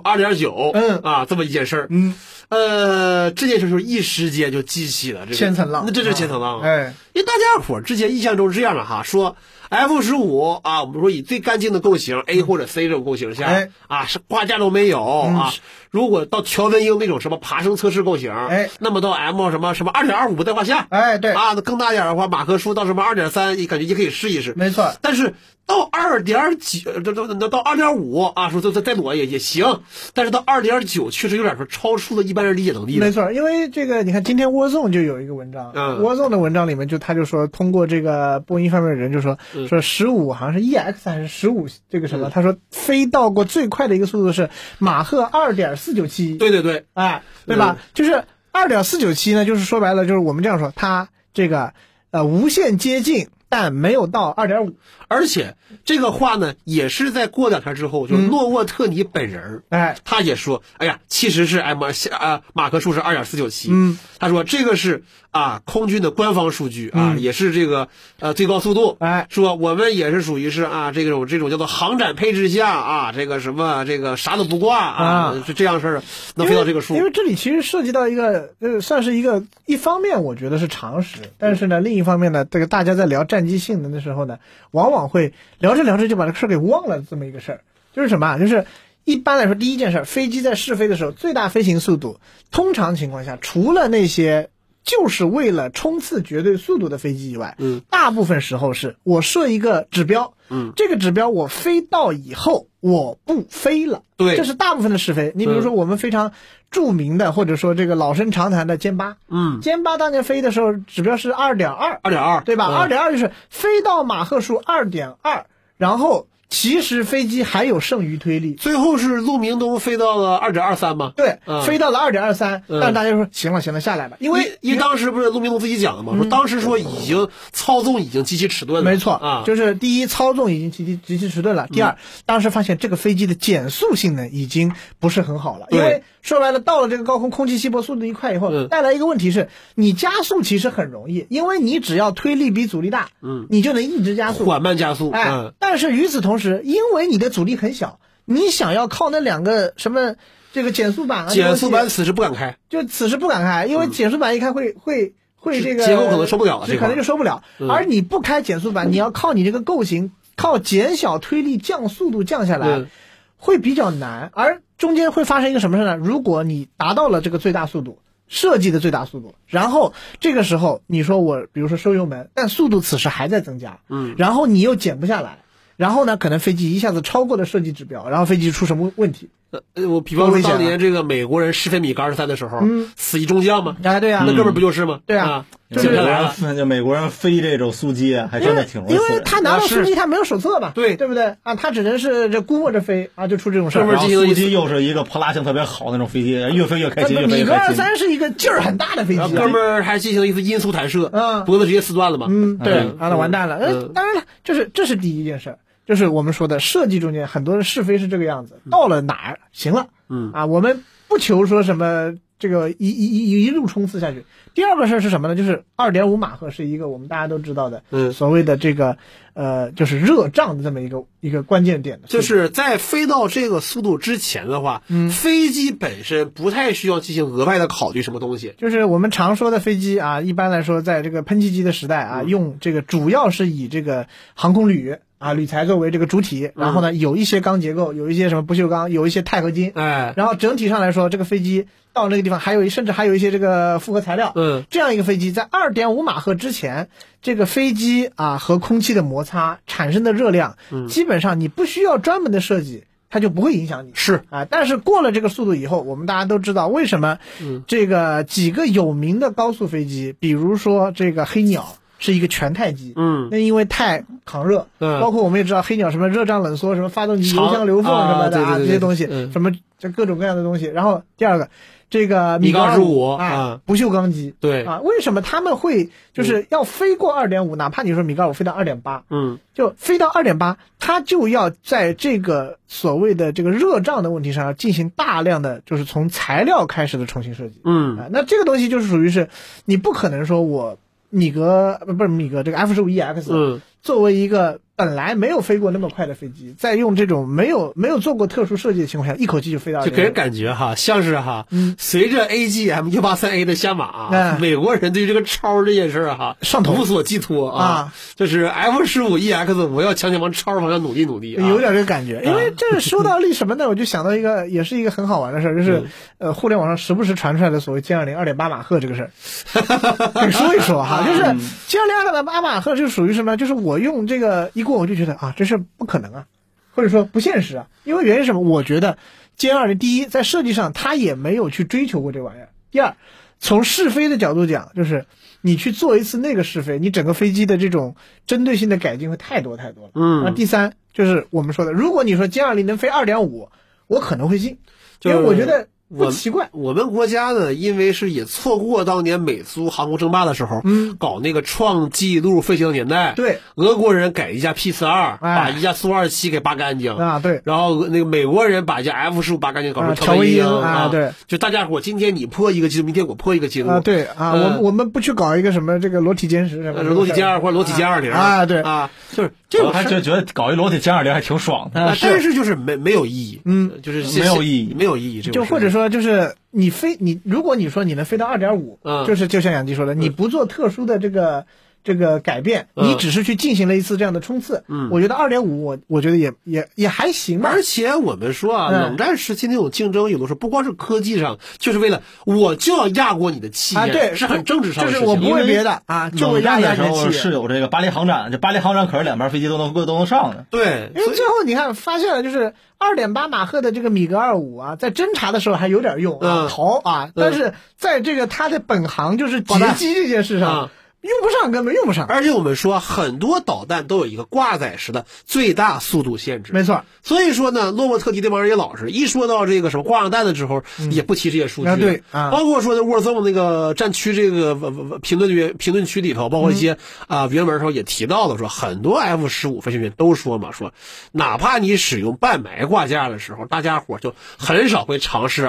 2.9，这么一件事儿。这件事就是一时间就激起了这个千层浪， 那这是千层浪因为大家伙之前印象中是这样的说 F-15我们说以最干净的构型 A 或者 C 这种构型下是挂架都没有如果到乔文英那种什么爬升测试构型那么到 M 什么 2.25 不在话下对那更大点的话马赫数到什么 2.3 你感觉也可以试一试， 没错。 但是到2.9到 2.5说再躲也行，但是到 2.9 确实有点说超出了一般人理解能力。 没错，因为这个你看今天Warzone就有一个文章Warzone的文章里面他就说通过这个波音方面的人就说15好像是 EX 还是15这个什么他说飞到过最快的一个速度是马赫 2.497， 对对吧？就是 2.497呢，就是说白了，就是我们这样说，它这个无限接近，但没有到2.5。 而且这个话呢，也是在过2天之后，就是诺沃特尼本人，他也说，哎呀，其实是马克数是2.497。他说这个是空军的官方数据也是这个最高速度。说我们也是属于是这种叫做航展配置下这个什么这个啥都不挂是这样事儿能飞到这个数。 因为这里其实涉及到一个算是一方面我觉得是常识，但是呢另一方面呢，这个大家在聊战机性能的时候呢，往往会聊着聊着就把这个事儿给忘了这么一个事儿。就是什么就是一般来说，第一件事，飞机在试飞的时候，最大飞行速度通常情况下，除了那些就是为了冲刺绝对速度的飞机以外，大部分时候是我设一个指标，这个指标我飞到以后我不飞了， 对， 这是大部分的试飞。你比如说我们非常著名的，或者说这个老生常谈的歼8，歼8当年飞的时候指标是2.2，对吧？2.2就是飞到马赫数2.2，然后其实飞机还有剩余推力， 最后是陆明东飞到了2.23吗？ 对，飞到了2.23，但是大家说行了下来吧，因为当时不是陆明东自己讲的吗？说当时说已经操纵已经极其迟钝了， 没错就是第一操纵已经极其迟钝了，第二当时发现这个飞机的减速性能已经不是很好了，因为说白了到了这个高空空气稀薄速度一快以后，带来一个问题是你加速其实很容易，因为你只要推力比阻力大，你就能一直加速， 缓慢加速， 但是与此同时，因为你的阻力很小，你想要靠那两个什么这个减速板减速板此时不敢开， 因为减速板一开会这个结构可能受不了， 可能就受不了。而你不开减速板，你要靠你这个构型，靠减小推力降速度降下来，会比较难。而中间会发生一个什么事呢？如果你达到了这个最大速度，设计的最大速度，然后这个时候你说我比如说收油门，但速度此时还在增加，然后你又减不下来。然后呢，可能飞机一下子超过了设计指标，然后飞机出什么问题？ 我比方说当年这个美国人试飞米格23的时候，死一中将嘛， 对呀， 那哥们儿不就是吗？ 对啊， 就美国人飞这种苏机还真的挺容易， 因为他拿到苏机他没有手册嘛，对不对他只能是这估摸着飞就出这种事儿。 然后苏机又是一个泼辣性特别好那种飞机，越飞越开心，越飞越开心。 米格23是一个劲儿很大的飞机， 哥们儿还进行了一次音速弹射，脖子直接撕断了嘛， 对，那完蛋了。当然了，这是第一件事。就是我们说的设计中间很多的试飞是这个样子，到了哪儿行了，我们不求说什么这个一路冲刺下去。第二个事儿是什么呢？就是 2.5 马赫是一个我们大家都知道的，所谓的这个就是热胀的这么一个关键点的。 就是在飞到这个速度之前的话，飞机本身不太需要进行额外的考虑什么东西。 就是我们常说的飞机一般来说在这个喷气机的时代用这个主要是以这个航空铝材作为这个主体，然后呢有一些钢结构，有一些什么不锈钢，有一些钛合金，然后整体上来说这个飞机到那个地方甚至还有一些这个复合材料，这样一个飞机在 2.5 马赫之前，这个飞机和空气的摩擦产生的热量，基本上你不需要专门的设计，它就不会影响你。 是但是过了这个速度以后，我们大家都知道为什么这个几个有名的高速飞机，比如说这个黑鸟是一个全钛机，那因为钛抗热，包括我们也知道黑鸟什么热胀冷缩，什么发动机油箱流缝什么的这些东西，什么这各种各样的东西。然后第二个，这个米格25不锈钢机， 对为什么他们会就是要飞过 2.5，哪怕你说米格25飞到 2.8，就飞到 2.8，它就要在这个所谓的这个热胀的问题上要进行大量的就是从材料开始的重新设计，那这个东西就是属于是你不可能说我这个 F-15EX 作为一个本来没有飞过那么快的飞机，在用这种没有做过特殊设计的情况下，一口气就飞到， 就给人感觉像是随着 AGM-183A 的下马美国人对这个超这件事上头无所寄托就是 F-15EX 我要强行往超方向努力有点这个感觉。因为这说到什么呢，我就想到也是一个很好玩的事儿，就是互联网上时不时传出来的所谓歼20 2.8 马赫这个事儿可以说一说就是歼20 2.8 马赫就属于什么，就是我用这个一过我就觉得这事不可能或者说不现实因为原因是什么？我觉得歼20第一在设计上它也没有去追求过这玩意儿，第二从试飞的角度讲，就是你去做一次那个试飞，你整个飞机的这种针对性的改进会太多了。那第三就是我们说的，如果你说歼20能飞 2.5， 我可能会信，因为我觉得不奇怪。 我们国家呢，因为是也错过当年美苏航空争霸的时候，搞那个创纪录飞行的年代。 对， 俄国人改一架 P-42，把一架苏27给扒干净啊，对。 然后那个美国人把一架 F-15扒干净，搞成乔维鹰啊，对。 就大家伙今天你破一个记录，明天我破一个记录啊，对啊，我们不去搞一个什么这个裸体歼10什么裸体歼2或者裸体歼20 啊，对啊，就是这我还觉得搞一裸体歼20还挺爽的， 但是就是没有意义，就是没有意义， 没有意义， 就或者说就是你如果你说你能飞到2.5，就是就像杨迪说的，你不做特殊的这个改变，你只是去进行了一次这样的冲刺，我觉得2.5我觉得也还行吧。 而且我们说啊，冷战时期那种竞争，有的时候不光是科技上，就是为了我就要压过你的气焰， 对， 是很政治上的事情。 就是我不为别的啊，就为压你的气焰。 是有这个巴黎航展，这巴黎航展可是两边飞机都能上的。 对， 因为最后你看发现了，就是2.8马赫的这个米格25啊，在侦察的时候还有点用啊，逃啊，但是在这个它的本行就是劫机这件事上。用不上，根本用不上。 而且我们说，很多导弹都有一个挂载时的最大速度限制。 没错。 所以说呢，诺沃特迪这帮人也老实，一说到这个什么挂上弹的时候，也不提这些数据。 对啊，包括说的沃尔松那个战区这个评论区里头，包括一些原文时候也提到了，说很多 F-15飞行员都说嘛，说哪怕你使用半埋挂架的时候，大家伙就很少会尝试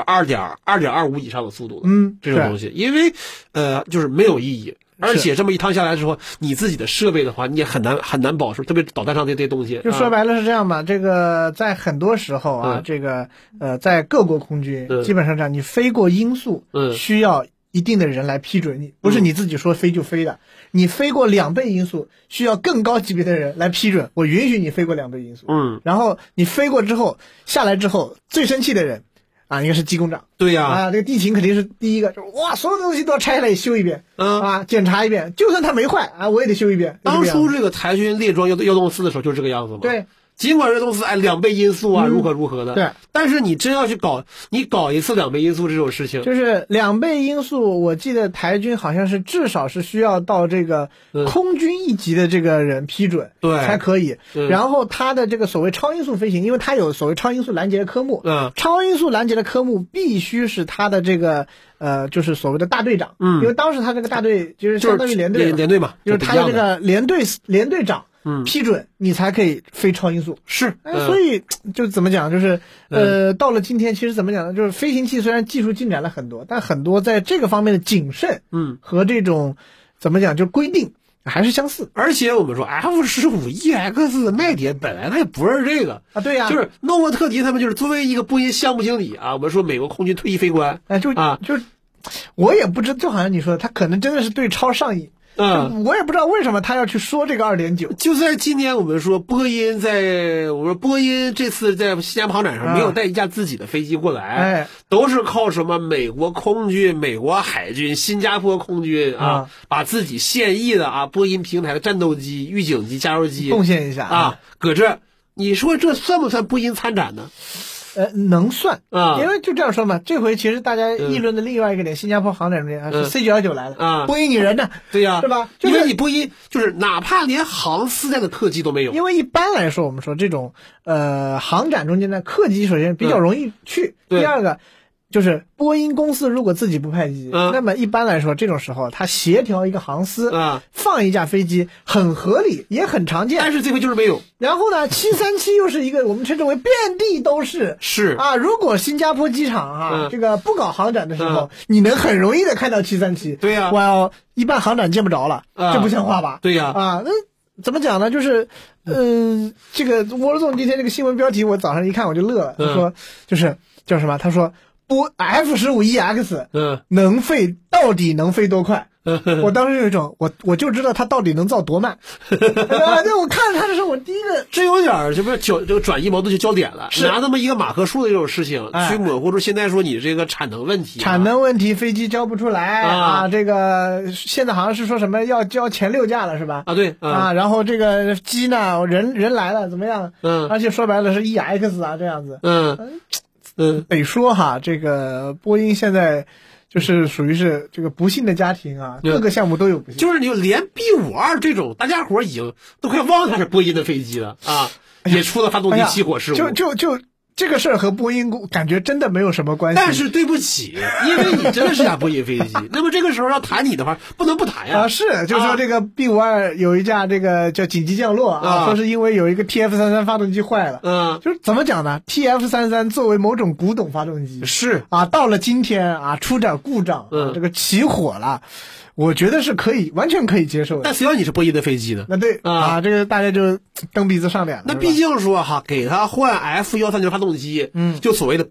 2.25以上的速度的。这种东西，因为就是没有意义。而且这么一趟下来之后，你自己的设备的话，你也很难保持，特别导弹上这些东西。 就说白了是这样吧，这个在很多时候啊，这个在各国空军基本上这样，你飞过音速，需要一定的人来批准你，不是你自己说飞就飞的。你飞过2倍音速，需要更高级别的人来批准，我允许你飞过2倍音速。然后你飞过之后下来之后，最生气的人。应该是机工长。 对呀， 啊，这个地勤肯定是第一个，就是哇，所有的东西都要拆下来修一遍，检查一遍，就算它没坏啊，我也得修一遍。 当初这个台军列装幺洞4的时候就是这个样子嘛。 对。 尽管2.42倍音速啊，如何的， 对， 但是你真要去搞一次2倍音速这种事情， 就是2倍音速，我记得台军好像是至少是需要到这个空军1级的这个人批准， 对， 才可以。然后他的这个所谓超音速飞行，因为他有所谓超音速拦截的科目，超音速拦截的科目必须是他的这个就是所谓的大队长，因为当时他这个大队就是相当于连队嘛， 就是他的这个连队长。批准你才可以飞超音速， 是， 所以就怎么讲，就是到了今天，其实怎么讲呢？就是飞行器虽然技术进展了很多，但很多在这个方面的谨慎，和这种怎么讲，就规定还是相似。 而且我们说 F-15EX 的卖点本来它也不是这个啊，对呀， 就是诺沃特迪他们就是作为一个波音项目经理啊，我们说美国空军退役飞官， 就我也不知，就好像你说的，他可能真的是对超上瘾。我也不知道为什么他要去说这个2.9。 就在今年，我们说波音这次在新加坡航展上没有带一架自己的飞机过来，都是靠什么美国空军、美国海军、新加坡空军把自己现役的波音平台的战斗机、预警机、加油机贡献一下搁这，你说这算不算波音参展呢？ 能算因为就这样说嘛。这回其实大家议论的另外一个点，新加坡航展中间是 C919 来了波音拟人呢， 对呀， 是吧？ 因为你波音就是哪怕连航司带的客机都没有， 因为一般来说我们说这种航展中间的客机首先比较容易去，第二个。就是波音公司如果自己不派机，那么一般来说这种时候他协调一个航司放一架飞机很合理也很常见， 但是这回就是没有。 然后呢737又是一个我们称之为遍地都是如果新加坡机场这个不搞航展的时候，你能很容易的看到737， 对呀， 一般航展见不着了，这不像话吧？ 对呀， 那怎么讲呢？就是这个沃尔总今天这个新闻标题我早上一看我就乐了，他说就是叫什么？他说F-15EX 到底能飞多快？我当时有一种我就知道他到底能造多慢。对，我看他的时候，我第一个这有点这不是这个转移矛盾就焦点了，拿那么一个马赫数的这种事情去模糊出现在说你这个产能问题， 飞机交不出来这个现在好像是说什么要交前6架了是吧？ 对然后这个机呢人来了怎么样？而且说白了是 EX 这样子。得说这个波音现在就是属于是这个不幸的家庭各个项目都有不幸。 就是你连 B52这种大家伙已经都快忘它是波音的飞机了也出了发动机起火事故。 这个事儿和波音感觉真的没有什么关系。 但是对不起，因为你真的是架波音飞机，那么这个时候要谈你的话，不能不谈呀。 是，就是说这个 B52有一架这个叫紧急降落说是因为有一个 TF33发动机坏了。就是怎么讲呢 ？TF33作为某种古董发动机， 是到了今天出点故障，这个起火了。我觉得是完全可以接受的。 但谁让你是波音的飞机呢？ 那对这个大家就蹬鼻子上脸了。 那毕竟说给他换 F130发动机，就所谓的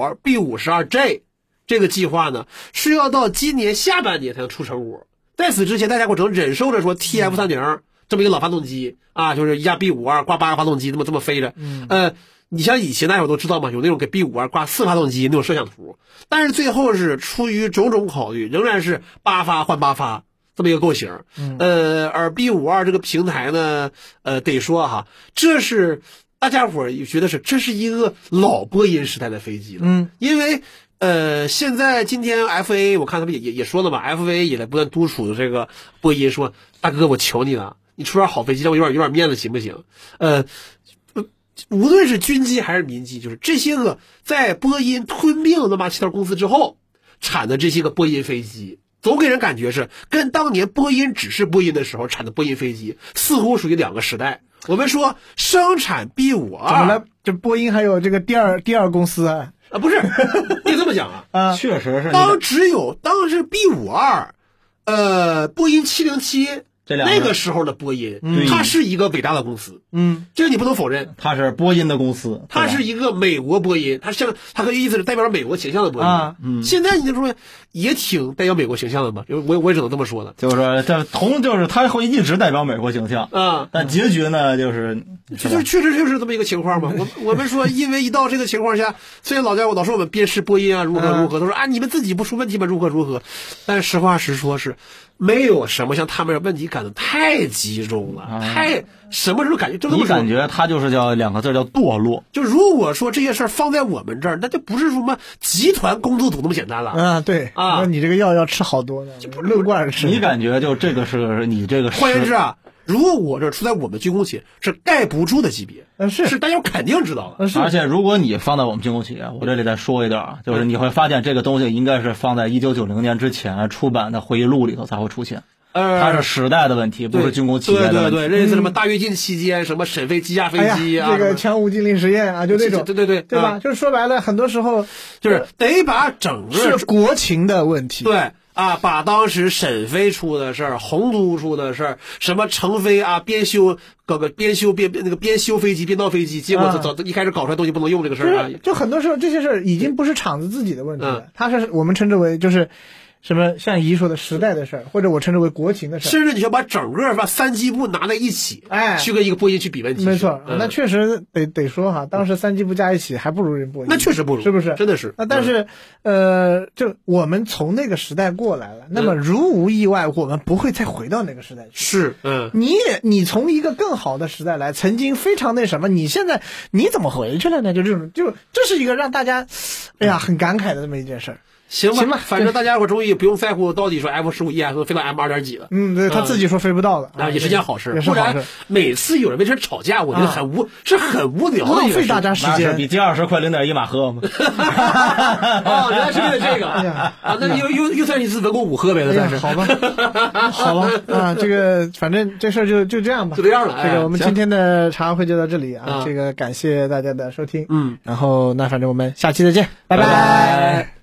B52J 这个计划呢，是要到今年下半年才能出成果。在此之前，大家伙只能忍受着说 TF30这么一个老发动机就是一架 B52挂8个发动机，这么飞着。你像以前大家都知道嘛，有那种给 B52挂4发动机那种摄像图，但是最后是出于种种考虑，仍然是8发换8发这么一个构型。而 B52这个平台呢，得说这是大家伙也觉得这是一个老波音时代的飞机了。因为现在今天 FAA 我看他们也说了嘛 ，FAA 也在不断督促这个波音说，大哥我求你了，你出点好飞机让我有点面子行不行？无论是军机还是民机，就是这些个在波音吞并了那7家公司之后产的这些个波音飞机，总给人感觉是跟当年波音只是波音的时候产的波音飞机似乎属于两个时代。我们说生产 B52， 怎么了？这波音还有这个第二公司不是，你这么讲确实是。 当时 B52，波音707。那个时候的波音，它是一个伟大的公司，这个你不能否认， 它是波音的公司， 它是一个美国波音，它的意思是代表美国形象的波音。现在你说也挺代表美国形象的嘛，我也只能这么说了， 就是就是它会一直代表美国形象但结局呢就是确实就是这么一个情况嘛。我们说，因为一到这个情况下，虽然老说我们鞭笞波音如何，都说你们自己不出问题吗？如何，但实话实说是。没有什么像他们的问题感得太集中了，什么时候感觉你感觉它就是叫2个字叫堕落。 就如果说这些事儿放在我们这儿，那就不是什么集团工作组那么简单了。 对那你这个药要吃好多的，就6罐吃。 你感觉就这个是你这个， 换言之如果我这出在我们军工企业是盖不住的级别，是大家肯定知道的。 而且如果你放在我们军工企业，我这里再说一段就是你会发现这个东西应该是放在1990年之前出版的回忆录里头才会出现。它是时代的问题，不是军工企业的问题。 对，类似什么大跃进期间什么审飞机架飞机这个强武禁令实验就那种。 对吧？就是说白了，很多时候就是得把整个是国情的问题。 对。把当时沈飞出的事儿、洪都出的事儿，什么成飞边修飞机、边造飞机，结果一开始搞出来东西不能用这个事儿就很多时候这些事儿已经不是厂子自己的问题了，它是我们称之为就是什么像姨说的时代的事儿，或者我称之为国情的事儿。 甚至你要把整个3机部拿在一起，去跟一个波音去比问题。 没错，那确实得说当时3机部加一起还不如人波音。 那确实不如， 是不是？ 真的是。 但是就我们从那个时代过来了，那么如无意外，我们不会再回到那个时代去。 是， 你从一个更好的时代来，曾经非常那什么，你现在你怎么回去了呢？就这是一个让大家很感慨的这么一件事儿。 行吧，反正大家伙终于不用在乎到底说 F15EX 飞到 M2.几了。 对，他自己说飞不到的也是件好事。不然每次有人为这吵架，我觉得很无聊的， 浪费大家时间。 比 G20快0.1马赫吗？ 原来是为了这个那又算一次文攻武赫呗，算是。 好吧这个反正这事儿就这样吧， 就这样了。 这个我们今天的茶话会就到这里这个感谢大家的收听。然后那反正我们下期再见，拜拜。